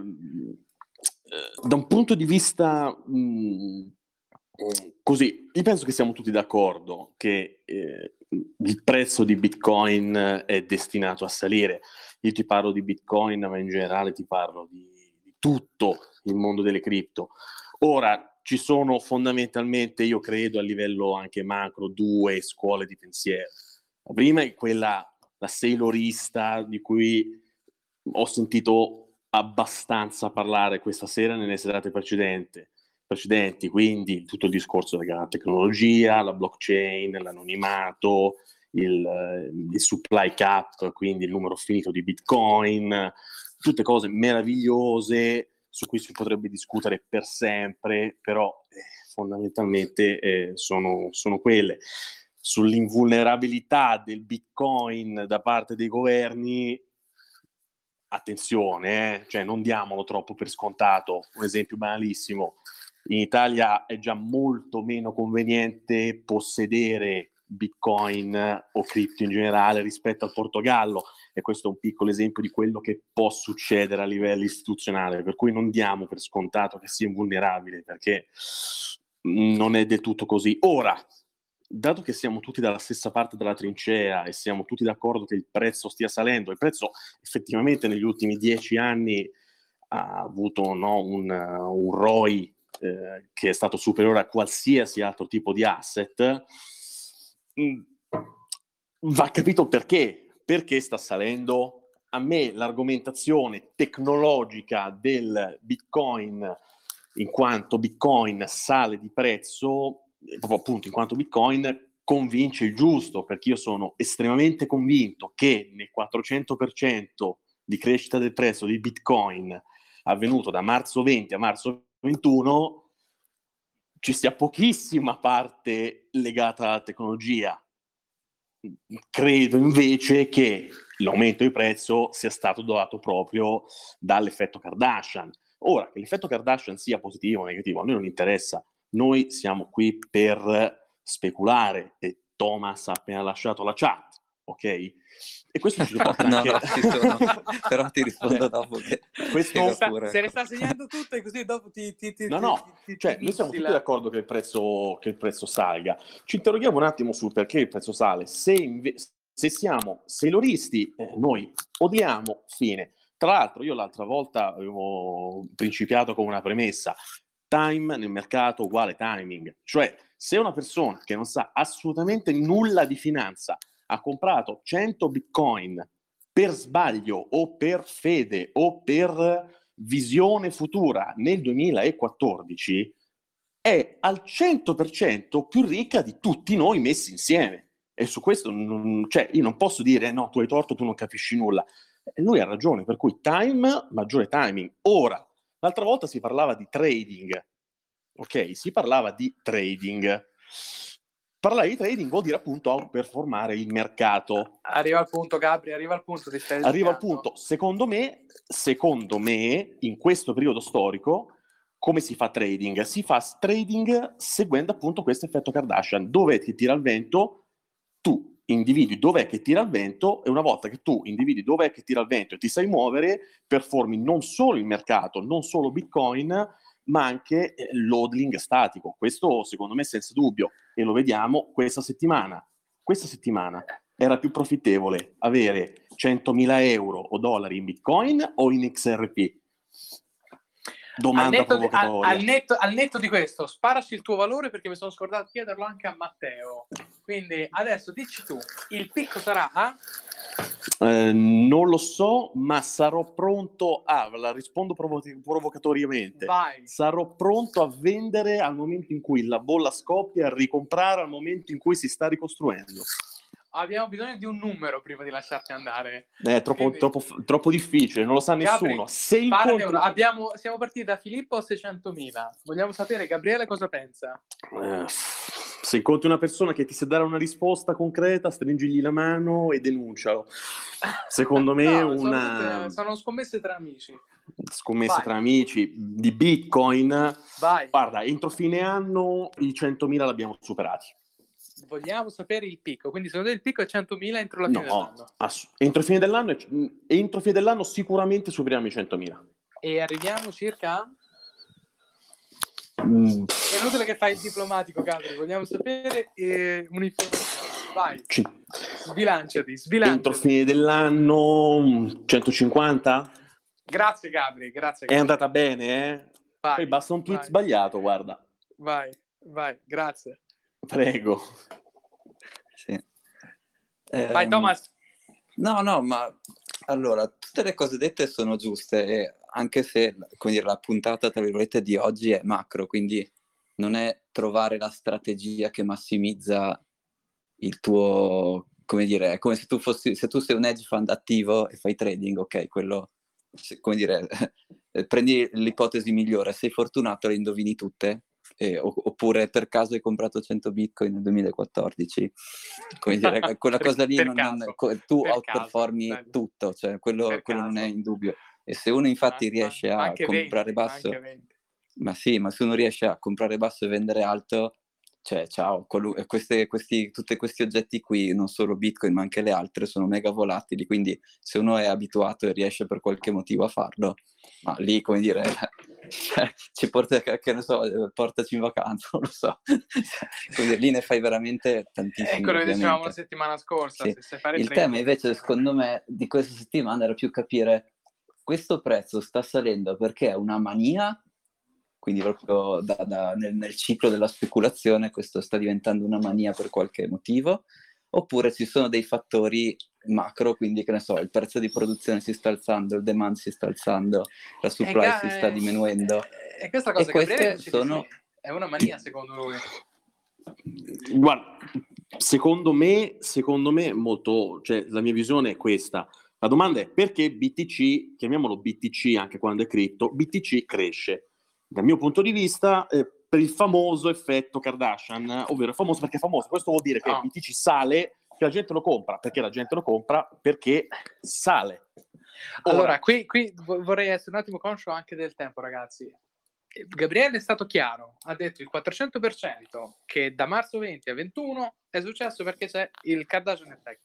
da un punto di vista mh, così, io penso che siamo tutti d'accordo che eh, il prezzo di Bitcoin è destinato a salire. Io ti parlo di Bitcoin, ma in generale ti parlo di, di tutto il mondo delle cripto. Ora, ci sono fondamentalmente, io credo a livello anche macro, due scuole di pensiero. La prima è quella, la sailorista, di cui ho sentito abbastanza parlare questa sera nelle serate precedenti, precedenti, quindi tutto il discorso legato alla tecnologia, la blockchain, l'anonimato, il, il supply cap, quindi il numero finito di Bitcoin, tutte cose meravigliose su cui si potrebbe discutere per sempre, però eh, fondamentalmente eh, sono, sono quelle. Sull'invulnerabilità del Bitcoin da parte dei governi, attenzione, eh? Cioè non diamolo troppo per scontato. Un esempio banalissimo: in Italia è già molto meno conveniente possedere Bitcoin o cripto in generale rispetto al Portogallo, e questo è un piccolo esempio di quello che può succedere a livello istituzionale, per cui non diamo per scontato che sia invulnerabile, perché non è del tutto così. Ora, dato che siamo tutti dalla stessa parte della trincea e siamo tutti d'accordo che il prezzo stia salendo, il prezzo effettivamente negli ultimi dieci anni ha avuto no, un, un R O I eh, che è stato superiore a qualsiasi altro tipo di asset, mh, va capito perché. Perché sta salendo? A me l'argomentazione tecnologica del Bitcoin, in quanto Bitcoin sale di prezzo, proprio appunto in quanto Bitcoin, convince il giusto, perché io sono estremamente convinto che nel quattrocento per cento di crescita del prezzo di Bitcoin avvenuto da marzo venti a marzo ventuno ci sia pochissima parte legata alla tecnologia. Credo invece che l'aumento di prezzo sia stato dato proprio dall'effetto Kardashian. Ora, che l'effetto Kardashian sia positivo o negativo, a noi non interessa. Noi siamo qui per speculare, e Thomas ha appena lasciato la chat, ok? E questo ci porta no, anche... no, ci sono, però ti rispondo dopo che... questo... Se ne sta segnando tutto e così dopo ti... ti, ti no, no, ti, ti, cioè ti noi siamo tutti la... d'accordo che il, prezzo, che il prezzo salga. Ci interroghiamo un attimo sul perché il prezzo sale. Se, inve- se siamo sailoristi, eh, noi odiamo, fine. Tra l'altro io l'altra volta avevo principiato con una premessa: time nel mercato uguale timing, cioè se una persona che non sa assolutamente nulla di finanza ha comprato cento bitcoin per sbaglio o per fede o per visione futura nel duemilaquattordici, è al cento per cento più ricca di tutti noi messi insieme. E su questo non, cioè, io non posso dire no, tu hai torto, tu non capisci nulla. Lui ha ragione, per cui time, maggiore timing. Ora, l'altra volta si parlava di trading, ok? Si parlava di trading. Parlare di trading vuol dire appunto outperformare il mercato. Arriva al punto, Gabri, arriva al punto. Ti stai Arriva al sbagliando. punto. Secondo me, secondo me, in questo periodo storico, come si fa trading? Si fa trading seguendo appunto questo effetto Kardashian. Dove ti tira il vento, tu individui dov'è che tira il vento, e una volta che tu individui dov'è che tira il vento e ti sai muovere, performi non solo il mercato, non solo Bitcoin, ma anche eh, l'hodling statico. Questo secondo me senza dubbio, e lo vediamo questa settimana. Questa settimana era più profittevole avere centomila euro o dollari in Bitcoin o in X R P? Domanda al netto, di, al, provocatoria. al, netto, al netto di questo, sparaci il tuo valore, perché mi sono scordato di chiederlo anche a Matteo. Quindi adesso dici tu, il picco sarà a? Eh, non lo so, ma sarò pronto a, la rispondo provo- provocatoriamente, Vai. sarò pronto a vendere al momento in cui la bolla scoppia, a ricomprare al momento in cui si sta ricostruendo. Abbiamo bisogno di un numero prima di lasciarti andare. È troppo, Quindi, troppo, troppo difficile, non lo sa Gabri, nessuno. Se il sparami contro- uno. Abbiamo, siamo partiti da Filippo a seicentomila. Vogliamo sapere, Gabriele, cosa pensa? Eh, se incontri una persona che ti sa dare una risposta concreta, stringigli la mano e denuncialo. Secondo me No, sono, una tutte- sono scommesse tra amici. scommessa Vai. tra amici di Bitcoin. Vai. Guarda, entro fine anno i centomila l'abbiamo superati. Vogliamo sapere il picco. Quindi secondo te il picco è centomila entro la fine No, dell'anno. ass- entro fine dell'anno, entro fine dell'anno sicuramente superiamo i centomila. E arriviamo circa a? Mm, È inutile che fai il diplomatico, Gabri. Vogliamo sapere eh, un'informazione. Vai, ci- sbilanciati, entro sbilanciati. fine dell'anno mm, centocinquanta? Grazie, Gabri, grazie. È Gabri. andata bene, eh? Vai, Poi basta un tweet vai. sbagliato, guarda. Vai, vai, grazie. Prego. Sì. Vai, Ehm, Thomas. No, no, ma allora, tutte le cose dette sono giuste, e anche se, come dire, la puntata, tra virgolette, di oggi è macro, quindi non è trovare la strategia che massimizza il tuo, come dire, è come se tu fossi, se tu sei un hedge fund attivo e fai trading, ok, quello, se- come dire, prendi l'ipotesi migliore, sei fortunato, le indovini tutte, eh, o- oppure per caso hai comprato cento bitcoin nel duemilaquattordici, come dire, quella Per- cosa lì per non, non- caso, co- tu per outperformi caso, dai. tutto, cioè quello, Per quello non è caso. in dubbio. E se uno infatti Ma- riesce ma a anche comprare venti, basso, anche venti. ma sì, ma se uno riesce a comprare basso e vendere alto, cioè ciao, quello- queste, questi, tutti questi oggetti qui, non solo Bitcoin ma anche le altre, sono mega volatili, quindi se uno è abituato e riesce per qualche motivo a farlo, ma lì, come dire, cioè, ci porta, che ne so, eh, portaci in vacanza, non lo so. Come dire, lì ne fai veramente tantissimi. È quello che dicevamo ovviamente. la settimana scorsa. Sì. Se sai fare Il trading. tema invece, secondo me, di questa settimana era più capire questo prezzo sta salendo perché è una mania, quindi proprio da, da, nel, nel ciclo della speculazione questo sta diventando una mania per qualche motivo, oppure ci sono dei fattori macro, quindi che ne so, il prezzo di produzione si sta alzando, il demand si sta alzando, la supply ga- si sta diminuendo. E questa cosa E queste Gabriele dice che sono- sì, è una mania secondo lui. Guarda, secondo me, secondo me molto, cioè la mia visione è questa. La domanda è perché B T C, chiamiamolo B T C anche quando è cripto, B T C cresce. Dal mio punto di vista, eh, per il famoso effetto Kardashian, ovvero è famoso perché è famoso. Questo vuol dire che Oh. B T C sale, che la gente lo compra. Perché la gente lo compra? Perché sale. Ora, Allora, qui, qui vo- vorrei essere un attimo conscio anche del tempo, ragazzi. Gabriele è stato chiaro, ha detto il quattrocento per cento che da marzo venti a ventuno è successo perché c'è il Kardashian Effect.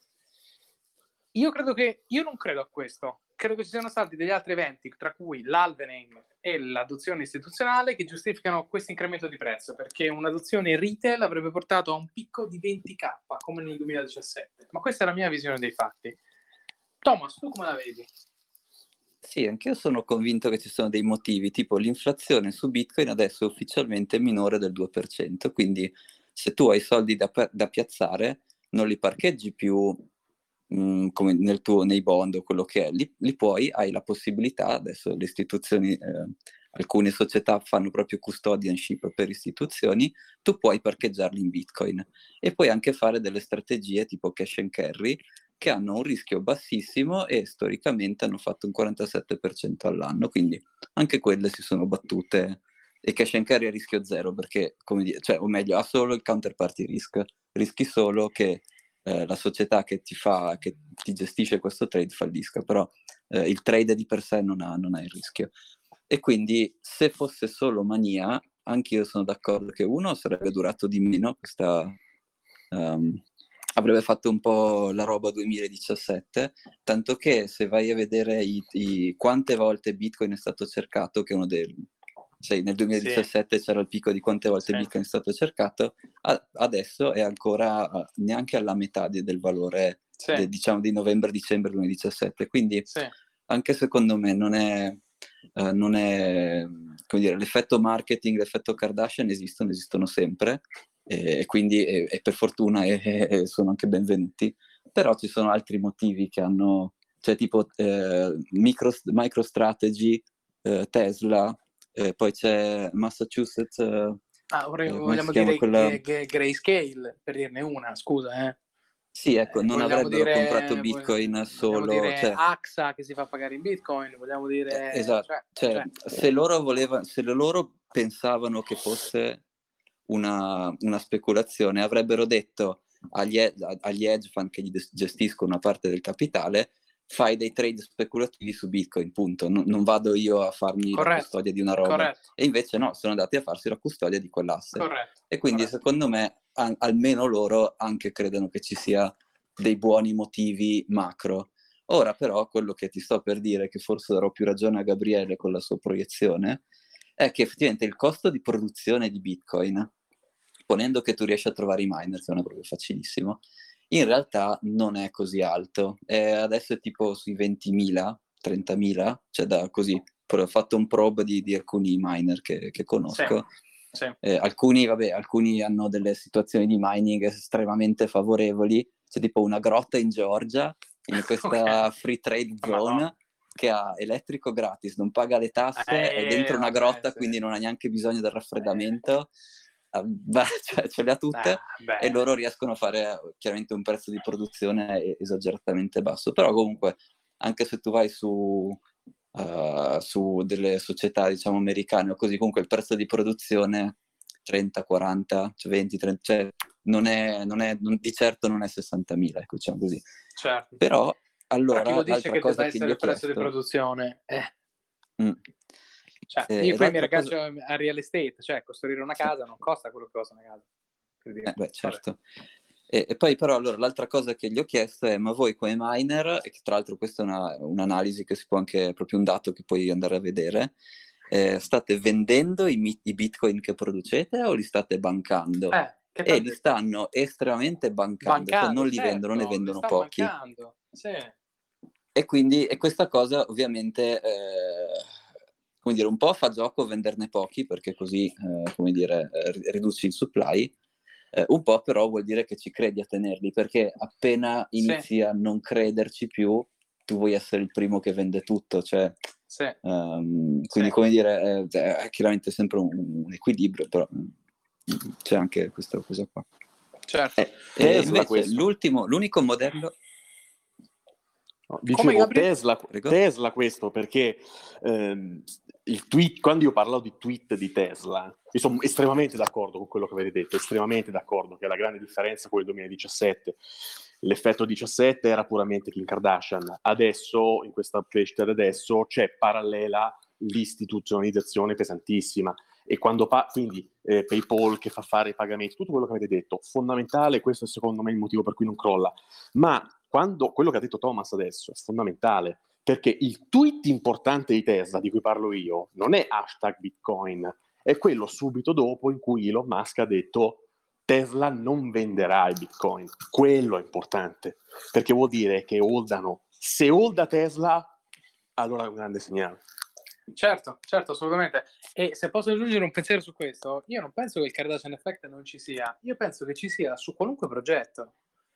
Io credo che, io non credo a questo, credo che ci siano stati degli altri eventi, tra cui l'halvening e l'adozione istituzionale, che giustificano questo incremento di prezzo, perché un'adozione retail avrebbe portato a un picco di venti k come nel duemiladiciassette. Ma questa è la mia visione dei fatti. Thomas, tu come la vedi? Sì, anch'io sono convinto che ci sono dei motivi, tipo l'inflazione su Bitcoin adesso è ufficialmente minore del due per cento, quindi se tu hai soldi da, da piazzare non li parcheggi più mh, come nel tuo, nei bond o quello che è, li, li puoi, hai la possibilità, adesso le istituzioni, eh, alcune società fanno proprio custodianship per istituzioni, tu puoi parcheggiarli in Bitcoin e puoi anche fare delle strategie tipo cash and carry, che hanno un rischio bassissimo e storicamente hanno fatto un quarantasette per cento all'anno, quindi anche quelle si sono battute, e cash and carry a rischio zero perché, come dire, cioè, o meglio, ha solo il counterparty risk, rischi solo che eh, la società che ti fa, che ti gestisce questo trade fallisca, però eh, il trade di per sé non ha, non ha il rischio. E quindi se fosse solo mania, anche io sono d'accordo che uno sarebbe durato di meno questa... Um, avrebbe fatto un po' la roba duemiladiciassette, tanto che se vai a vedere i, i, quante volte Bitcoin è stato cercato, che uno dei... Cioè, nel duemiladiciassette sì. C'era il picco di quante volte sì. Bitcoin è stato cercato, a, adesso è ancora uh, neanche alla metà di, del valore sì. de, diciamo di novembre-dicembre duemiladiciassette, quindi sì. anche secondo me non è, uh, non è come dire, l'effetto marketing, l'effetto Kardashian esistono, esistono sempre, e quindi e, e per fortuna e, e sono anche benvenuti, però ci sono altri motivi che hanno, cioè tipo eh, micro, MicroStrategy, eh, Tesla, eh, poi c'è Massachusetts, eh, ah, vorrei, eh, vogliamo dire quella... G- G- Grayscale, per dirne una, scusa eh sì, ecco, non eh, avrebbero dire, comprato Bitcoin vogliamo, solo... Vogliamo dire cioè... A X A che si fa pagare in Bitcoin, vogliamo dire... Eh, esatto, cioè, cioè, cioè... se loro volevano, se loro pensavano che fosse una, una speculazione, avrebbero detto agli, agli hedge fund che gli gestiscono una parte del capitale: fai dei trade speculativi su Bitcoin, punto. Non, non vado io a farmi corretto, la custodia di una roba. Corretto. E invece no, sono andati a farsi la custodia di quell'asset. Corretto. E quindi corretto. Secondo me a, almeno loro anche credono che ci sia dei buoni motivi macro. Ora però quello che ti sto per dire, che forse darò più ragione a Gabriele con la sua proiezione, è che effettivamente il costo di produzione di Bitcoin, ponendo che tu riesci a trovare i miner, che non è proprio facilissimo, in realtà non è così alto. È, adesso è tipo sui ventimila, trentamila, cioè da così, ho fatto un probe di, di alcuni miner che, che conosco. Sì, sì. Eh, alcuni, vabbè, alcuni hanno delle situazioni di mining estremamente favorevoli, c'è tipo una grotta in Georgia, in questa okay. free trade zone, oh, che ha elettrico gratis, non paga le tasse, eh, è dentro una grotta, eh, quindi sì. non ha neanche bisogno del raffreddamento. Eh. Uh, cioè, ce le ha tutte ah, e loro riescono a fare chiaramente un prezzo di produzione esageratamente basso, però comunque anche se tu vai su, uh, su delle società diciamo americane o così, comunque il prezzo di produzione trenta, quaranta, cioè venti, trenta, cioè non è, non è non, di certo non è sessantamila, ecco, diciamo così. Certo. Però allora chi lo dice l'altra che cosa deve che essere gli il prezzo chiesto... di produzione eh. mm. Cioè, eh, io poi mi ragazzo cosa... a real estate, cioè costruire una casa non costa quello che costa una casa. Eh, beh, certo. E, e poi però allora l'altra cosa che gli ho chiesto è: ma voi come miner, e che tra l'altro questa è una, un'analisi che si può anche, proprio un dato che puoi andare a vedere, eh, state vendendo i, i bitcoin che producete o li state bancando? Eh, e li stanno estremamente bancando, bancando cioè non li certo, vendono, ne vendono li pochi. Bancando, sì. E quindi e questa cosa ovviamente eh, come dire, un po' fa gioco venderne pochi, perché così eh, come dire eh, riduci il supply, eh, un po' però vuol dire che ci credi a tenerli, perché appena inizi sì. a non crederci più, tu vuoi essere il primo che vende tutto, cioè sì. um, quindi sì. come dire eh, è chiaramente sempre un, un equilibrio, però c'è anche questa cosa qua. Certo. Eh, e invece l'ultimo, l'unico modello No, dicevo Tesla, Tesla questo perché ehm, il tweet, quando io parlo di tweet di Tesla, io sono estremamente d'accordo con quello che avete detto, estremamente d'accordo che è la grande differenza con il duemiladiciassette. L'effetto diciassette era puramente Kim Kardashian, adesso, in questa crescita adesso, c'è parallela l'istituzionalizzazione pesantissima. E quando pa- quindi eh, PayPal che fa fare i pagamenti, tutto quello che avete detto, fondamentale, questo è secondo me il motivo per cui non crolla. Ma quando quello che ha detto Thomas adesso è fondamentale, perché il tweet importante di Tesla, di cui parlo io, non è hashtag Bitcoin, è quello subito dopo in cui Elon Musk ha detto Tesla non venderà i Bitcoin. Quello è importante, perché vuol dire che holdano, se holda Tesla allora è un grande segnale. Certo, certo, assolutamente. E se posso aggiungere un pensiero su questo, io non penso che il Kardashian Effect non ci sia, io penso che ci sia su qualunque progetto.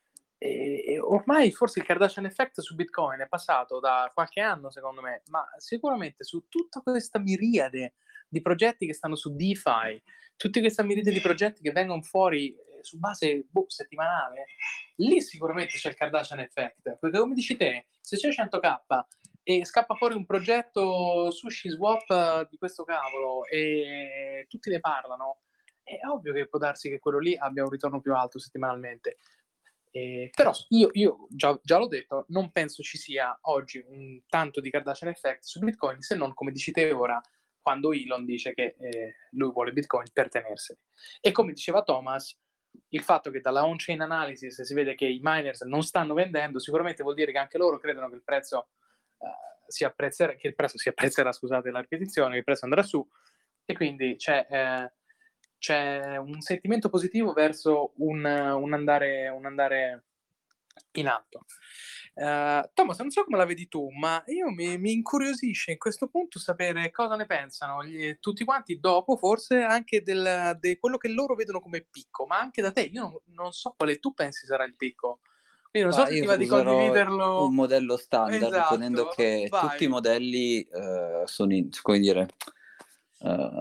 E, e ormai forse il Kardashian Effect su Bitcoin è passato da qualche anno, secondo me, ma sicuramente su tutta questa miriade di progetti che stanno su DeFi, tutta questa miriade di progetti che vengono fuori eh, su base boh, settimanale, lì sicuramente c'è il Kardashian Effect, perché come dici te, se c'è cento k e scappa fuori un progetto Sushi Swap di questo cavolo e tutti ne parlano, è ovvio che può darsi che quello lì abbia un ritorno più alto settimanalmente. Eh, però io, io già, già l'ho detto, non penso ci sia oggi un tanto di Kardashian Effect su Bitcoin, se non, come dici te ora, quando Elon dice che eh, lui vuole Bitcoin per tenerseli. E come diceva Thomas, il fatto che dalla on-chain analysis si vede che i miners non stanno vendendo, sicuramente vuol dire che anche loro credono che il prezzo uh, si apprezzerà, che il prezzo si apprezzerà, scusate la ripetizione, che il prezzo andrà su, e quindi c'è, eh, c'è un sentimento positivo verso un, un, andare, un andare in alto. Uh, Thomas, non so come la vedi tu, ma io mi, mi incuriosisce in questo punto sapere cosa ne pensano gli, tutti quanti dopo, forse anche del, di quello che loro vedono come picco, ma anche da te. Io non, non so quale tu pensi sarà il picco. Quindi non Ma so se io ti va di userò condividerlo. un modello standard, Esatto, ritenendo che vai. tutti i modelli eh, sono, in, come dire, uh,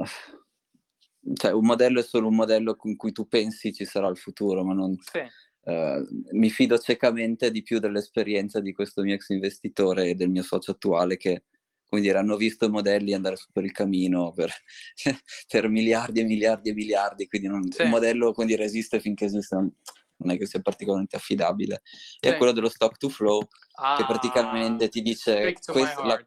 cioè un modello è solo un modello con cui tu pensi ci sarà il futuro, ma non... Sì. Uh, mi fido ciecamente di più dell'esperienza di questo mio ex investitore e del mio socio attuale che, come dire, hanno visto modelli andare su per il camino per, per miliardi e miliardi e miliardi, quindi non, Sì. il modello, come dire, esiste finché esiste, non, non è che sia particolarmente affidabile. Sì. E è quello dello stock to flow, ah, che praticamente ti dice quest, la,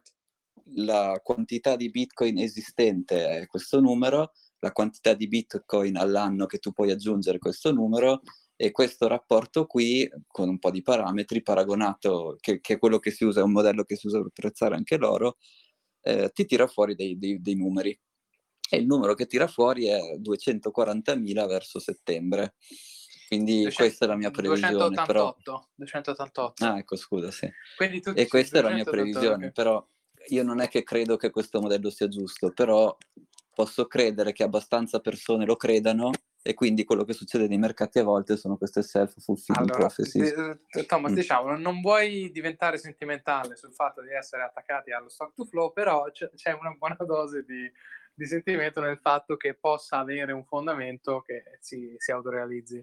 la quantità di Bitcoin esistente è questo numero, la quantità di Bitcoin all'anno che tu puoi aggiungere questo numero, e questo rapporto qui, con un po' di parametri, paragonato, che, che è quello che si usa, è un modello che si usa per prezzare anche l'oro, eh, ti tira fuori dei, dei, dei numeri. E il numero che tira fuori è duecentoquarantamila verso settembre. Quindi duecento, questa è la mia previsione. duecentottantotto, però... duecentottantotto. Ah, ecco, scusa, sì. Quindi tu e questa è la mia previsione, okay. Però io non è che credo che questo modello sia giusto, però posso credere che abbastanza persone lo credano, e quindi quello che succede nei mercati a volte sono queste self-fulfilling allora, prophecies. De- Thomas, mm. diciamo, non vuoi diventare sentimentale sul fatto di essere attaccati allo stock to flow, però c- c'è una buona dose di, di sentimento nel fatto che possa avere un fondamento che si, si autorealizzi.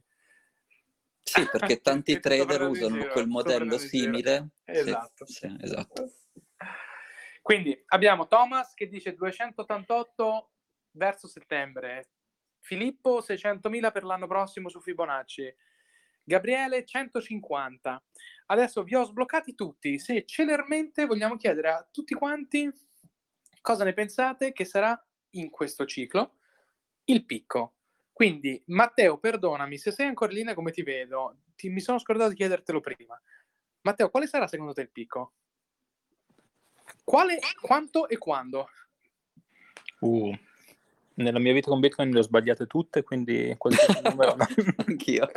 Sì, perché tanti trader usano giro, quel modello simile. Esatto. Sì, sì, esatto. Quindi abbiamo Thomas che dice duecentottantotto verso settembre, Filippo seicentomila per l'anno prossimo su Fibonacci, Gabriele centocinquanta. Adesso vi ho sbloccati tutti, se celermente vogliamo chiedere a tutti quanti cosa ne pensate che sarà in questo ciclo il picco. Quindi Matteo, perdonami, se sei ancora in linea come ti vedo, ti, mi sono scordato di chiedertelo prima. Matteo, quale sarà secondo te il picco? Quale, quanto e quando? Uh, nella mia vita con Bitcoin le ho sbagliate tutte, quindi qualsiasi numero... Anch'io.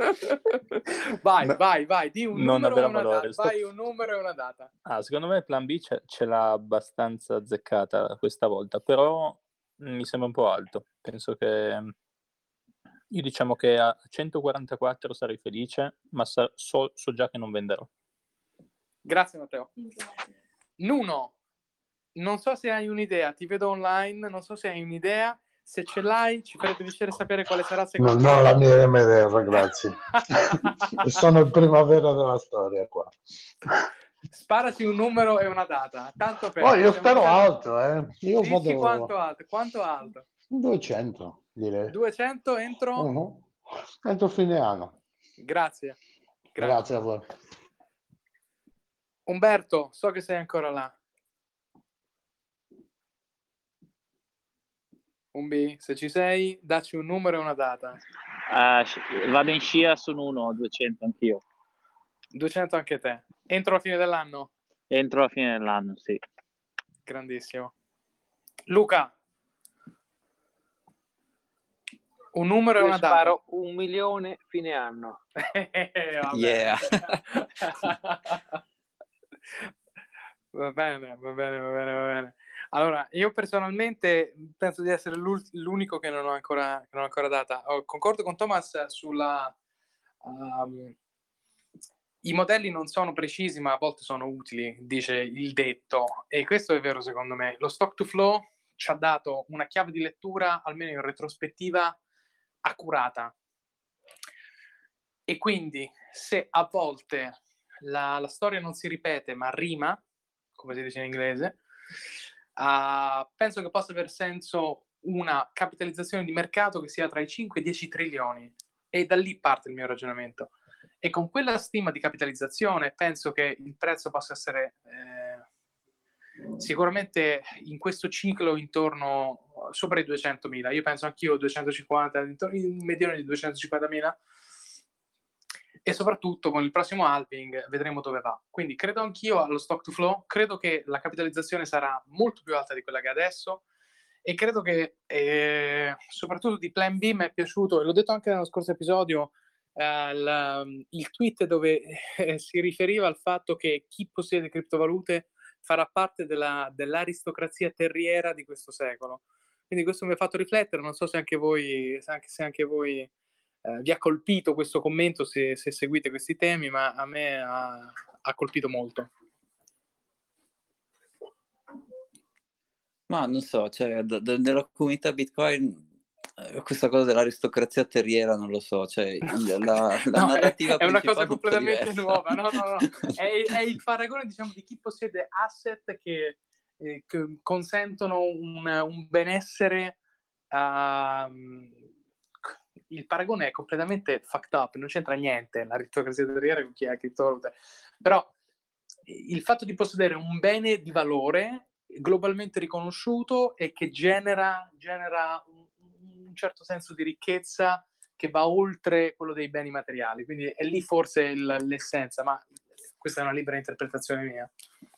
vai, no, vai, vai, di un non numero e una valore. data. Sto... Vai un numero e una data. Ah, secondo me il plan B ce, ce l'ha abbastanza azzeccata questa volta, però mi sembra un po' alto. Penso che... Io diciamo che a centoquarantaquattro sarei felice, ma sa, so, so già che non venderò. Grazie Matteo. Nuno, non so se hai un'idea, ti vedo online, non so se hai un'idea, se ce l'hai ci farebbe piacere sapere quale sarà secondo non te. Non ho la mia M D R, grazie. Sono il primavera della storia qua. Sparaci un numero e una data. Tanto per... Oh, io spero alto, eh. Io Dici vado... quanto alto? Quanto alto? duecento, direi. duecento entro? Uh-huh. Entro fine anno. Grazie. Grazie. Grazie a voi. Umberto, so che sei ancora là. Umbi, se ci sei, dacci un numero e una data. Uh, vado in scia, sono uno, duecento anch'io. duecento anche te. Entro la fine dell'anno? Entro la fine dell'anno, sì. Grandissimo. Luca, un numero Io e una data. sparo un milione fine anno. Yeah. Va bene, va bene, va bene, va bene. Allora, io personalmente penso di essere l'unico che non ho ancora, che non ho ancora data. Oh, concordo con Thomas sulla... Um, i modelli non sono precisi, ma a volte sono utili, dice il detto. E questo è vero secondo me. Lo stock to flow ci ha dato una chiave di lettura, almeno in retrospettiva, accurata. E quindi, se a volte la, la storia non si ripete, ma rima, come si dice in inglese, uh, penso che possa aver senso una capitalizzazione di mercato che sia tra i cinque e i dieci trilioni. E da lì parte il mio ragionamento. E con quella stima di capitalizzazione penso che il prezzo possa essere eh, sicuramente in questo ciclo intorno sopra i duecentomila. Io penso anch'io duecentocinquanta, intorno in medione di duecentocinquantamila. E soprattutto con il prossimo halving vedremo dove va. Quindi credo anch'io allo stock to flow, credo che la capitalizzazione sarà molto più alta di quella che è adesso e credo che eh, soprattutto di Plan B mi è piaciuto, e l'ho detto anche nello scorso episodio, eh, il, il tweet dove eh, si riferiva al fatto che chi possiede criptovalute farà parte della, dell'aristocrazia terriera di questo secolo. Quindi questo mi ha fatto riflettere, non so se anche voi, se anche, se anche voi Eh, vi ha colpito questo commento, se, se seguite questi temi, ma a me ha, ha colpito molto. Ma non so, cioè, d- d- nella comunità Bitcoin eh, questa cosa dell'aristocrazia terriera non lo so, cioè il- la, la no, narrativa è, è una cosa principale è un po' completamente diversa. nuova, no, no, no. È, è il paragone, diciamo, di chi possiede asset che, eh, che consentono un, un benessere. Uh, il paragone è completamente fucked up, non c'entra niente l'aristocrazia terriera con chi ha criptovalute, però il fatto di possedere un bene di valore globalmente riconosciuto e che genera, genera un, un certo senso di ricchezza che va oltre quello dei beni materiali, quindi è lì forse il, l'essenza, ma questa è una libera interpretazione mia.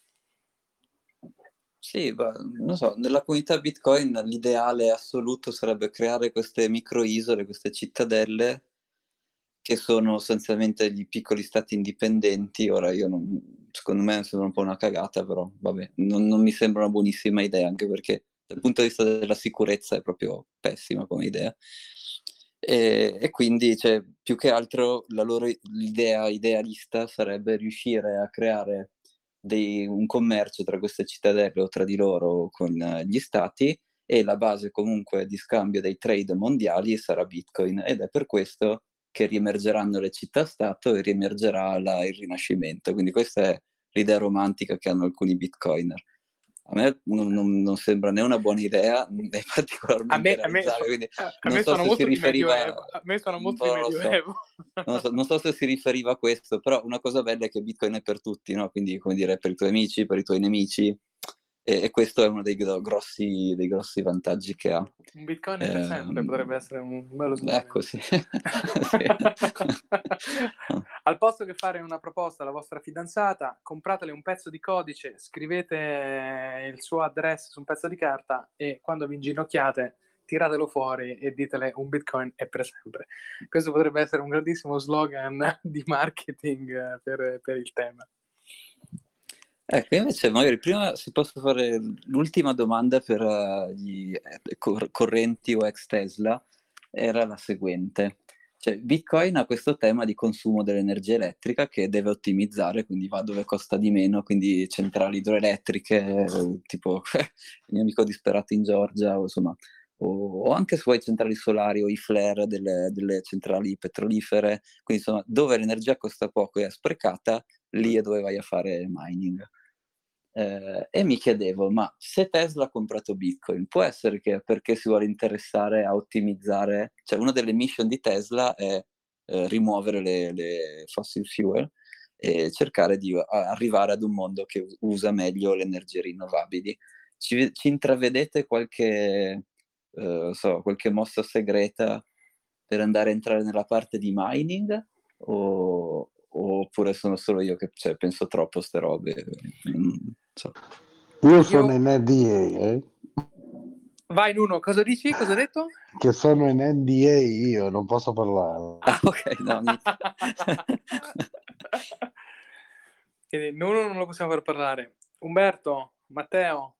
Sì, ma, non so, nella comunità Bitcoin l'ideale assoluto sarebbe creare queste microisole, queste cittadelle che sono sostanzialmente gli piccoli stati indipendenti. Ora io non, secondo me sembra un po' una cagata, però vabbè, non, non mi sembra una buonissima idea, anche perché dal punto di vista della sicurezza è proprio pessima come idea. E, e quindi, cioè, più che altro la loro l'idea idealista sarebbe riuscire a creare dei, un commercio tra queste cittadelle o tra di loro con uh, gli stati, e la base comunque di scambio dei trade mondiali sarà Bitcoin, ed è per questo che riemergeranno le città-stato e riemergerà la, il Rinascimento. Quindi questa è l'idea romantica che hanno alcuni bitcoiner. A me non, non, non sembra né una buona idea né particolarmente a me, realizzabile, a me, quindi a non me so sono se molto si riferiva di medioevo, a me sono molto di medioevo. So. Non, so, non so se si riferiva a questo, però una cosa bella è che Bitcoin è per tutti, no? Quindi, come dire, per i tuoi amici, per i tuoi nemici, e, e questo è uno dei grossi, dei grossi vantaggi che ha. Un Bitcoin per eh, sempre potrebbe essere un bello slogan. Ecco, sì. Al posto che fare una proposta alla vostra fidanzata, compratele un pezzo di codice, scrivete il suo address su un pezzo di carta e quando vi inginocchiate tiratelo fuori e ditele un Bitcoin è per sempre. Questo potrebbe essere un grandissimo slogan di marketing per, per il tema. Ecco, invece magari prima si posso fare l'ultima domanda per uh, gli cor- correnti o ex Tesla, era la seguente. Cioè, Bitcoin ha questo tema di consumo dell'energia elettrica che deve ottimizzare, quindi va dove costa di meno, quindi centrali idroelettriche, tipo il mio amico disperato in Georgia, o insomma, o, o anche se vuoi centrali solari o i flare delle, delle centrali petrolifere, quindi insomma, dove l'energia costa poco e è sprecata, lì è dove vai a fare mining. Eh, e mi chiedevo, ma se Tesla ha comprato Bitcoin, può essere che perché si vuole interessare a ottimizzare, cioè una delle mission di Tesla è eh, rimuovere le, le fossil fuel e cercare di a, arrivare ad un mondo che usa meglio le energie rinnovabili. Ci, ci intravedete qualche, eh, so, qualche mossa segreta per andare a entrare nella parte di mining, o oppure sono solo io che cioè, penso troppo a ste robe? Non so. Io sono io... in N D A, eh? Vai Nuno, cosa dici? Cosa hai detto? Che sono in N D A io, non posso parlare. Ah, ok, no, Quindi Nuno non lo possiamo far parlare. Umberto, Matteo?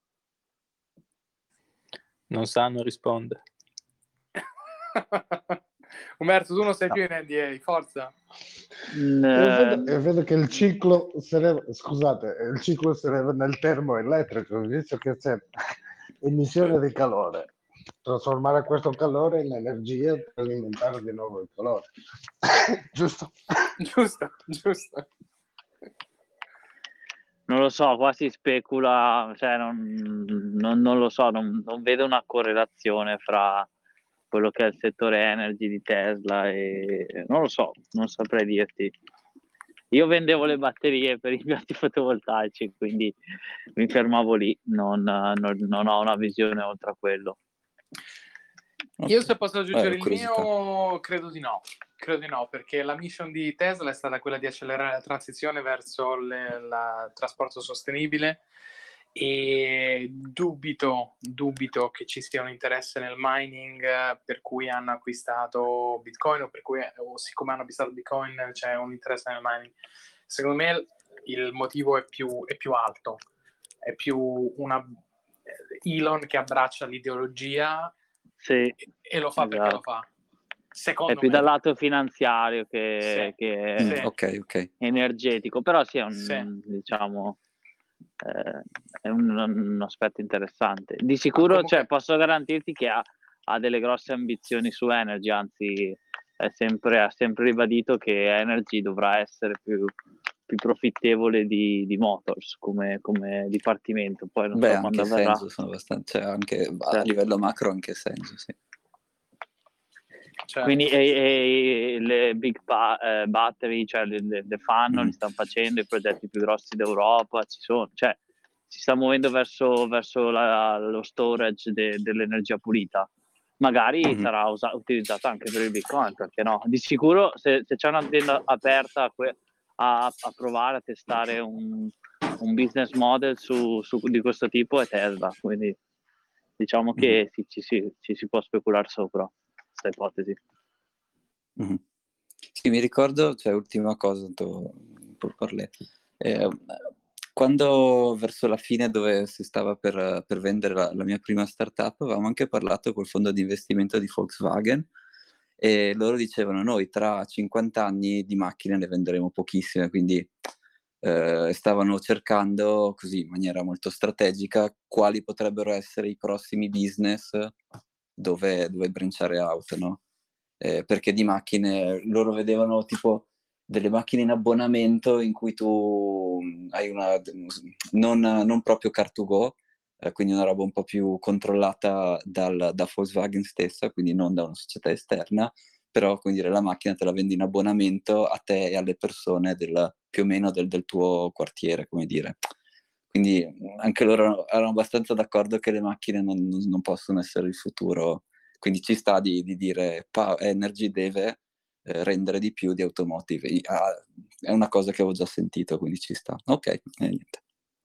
Non sa, non risponde. Umberto, tu non sei No. più in N D A, forza. Mm, E vedo, eh, e vedo che il ciclo sarebbe, scusate, il ciclo sarebbe nel termoelettrico, visto che c'è emissione di calore. Trasformare questo calore in energia per alimentare di nuovo il calore. Giusto? Giusto, giusto. non lo so, qua si specula, cioè non, non- non lo so, non, non vedo una correlazione fra quello che è il settore energy di Tesla e non lo so, non saprei dirti. Io vendevo le batterie per i impianti fotovoltaici, quindi mi fermavo lì, non, non- non ho una visione oltre a quello. Io Ok. se posso aggiungere Eh, il curiosità. mio, credo di no. Credo di no, perché la mission di Tesla è stata quella di accelerare la transizione verso le- la- il trasporto sostenibile e dubito, dubito che ci sia un interesse nel mining, eh, per cui hanno acquistato Bitcoin o per cui, o siccome hanno acquistato Bitcoin c'è un interesse nel mining. Secondo me il motivo è più, è più alto, è più una Elon che abbraccia l'ideologia Sì, e lo fa perché esatto. lo fa. Secondo È più me. dal lato finanziario che, Sì, che Mm, sì, ok, ok. energetico, però sì, è un, sì. diciamo, eh, è un, un aspetto interessante. Di Ma sicuro, comunque, cioè, posso garantirti che ha, ha delle grosse ambizioni su Energy, anzi è sempre, ha sempre ribadito che Energy dovrà essere più, più profittevole di, di Motors come, come dipartimento. Poi non Beh, so anche quando avverrà. senso, sono abbastanza, cioè anche a Cioè, livello macro anche senso, sì. cioè, quindi e, e le big ba- eh, battery, cioè le, le- le fanno, Mm. li stanno facendo, i progetti più grossi d'Europa ci sono, cioè si sta muovendo verso, verso la- lo storage de- dell'energia pulita. Magari Mhm. sarà usa- utilizzata anche per il Bitcoin, perché no? Di sicuro se, se c'è un'azienda aperta a, que- a, a provare a testare un, un business model su, su- di questo tipo è Tesla, quindi diciamo che sì, ci, si, ci si può speculare sopra questa ipotesi. Mhm. Sì, mi ricordo, cioè, ultima cosa, tanto per parlare. Eh, quando verso la fine dove si stava per, per vendere la, la mia prima startup, avevamo anche parlato col fondo di investimento di Volkswagen e loro dicevano noi tra cinquanta anni di macchine ne venderemo pochissime, quindi eh, stavano cercando così in maniera molto strategica quali potrebbero essere i prossimi business dove, dove brinciare auto, no? Eh, perché di macchine loro vedevano tipo delle macchine in abbonamento in cui tu hai una non, non proprio car to go, eh, quindi una roba un po' più controllata dal, da Volkswagen stessa, quindi non da una società esterna, però quindi la macchina te la vendi in abbonamento a te e alle persone del, più o meno del, del tuo quartiere, come dire. Quindi anche loro erano abbastanza d'accordo che le macchine non, non possono essere il futuro, quindi ci sta di, di dire Power Energy deve eh, rendere di più di automotive. I- ah, è una cosa che avevo già sentito, quindi ci sta. Ok, e niente.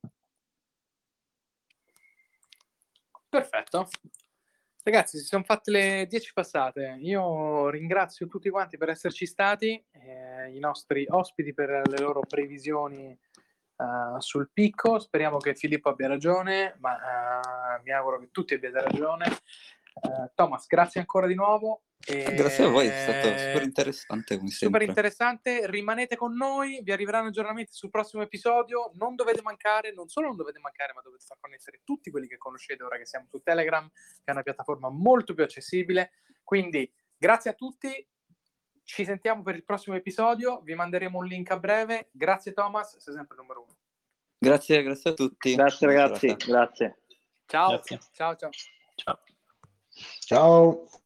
perfetto. Ragazzi, si sono fatte le dieci passate. Io ringrazio tutti quanti per esserci stati, eh, i nostri ospiti per le loro previsioni eh, sul picco. Speriamo che Filippo abbia ragione, ma eh, mi auguro che tutti abbiate ragione. Eh, Thomas, grazie ancora di nuovo. E... Grazie a voi, è stato super interessante come Super sempre. interessante, rimanete con noi, vi arriveranno aggiornamenti sul prossimo episodio, non dovete mancare, non solo non dovete mancare, ma dovete far connettere tutti quelli che conoscete ora che siamo su Telegram, che è una piattaforma molto più accessibile. Quindi grazie a tutti, ci sentiamo per il prossimo episodio, vi manderemo un link a breve. Grazie Thomas, sei sempre il numero uno. Grazie, grazie a tutti. Grazie Buona ragazzi, serata. grazie. Ciao, Grazie. ciao, ciao. Ciao. Ciao.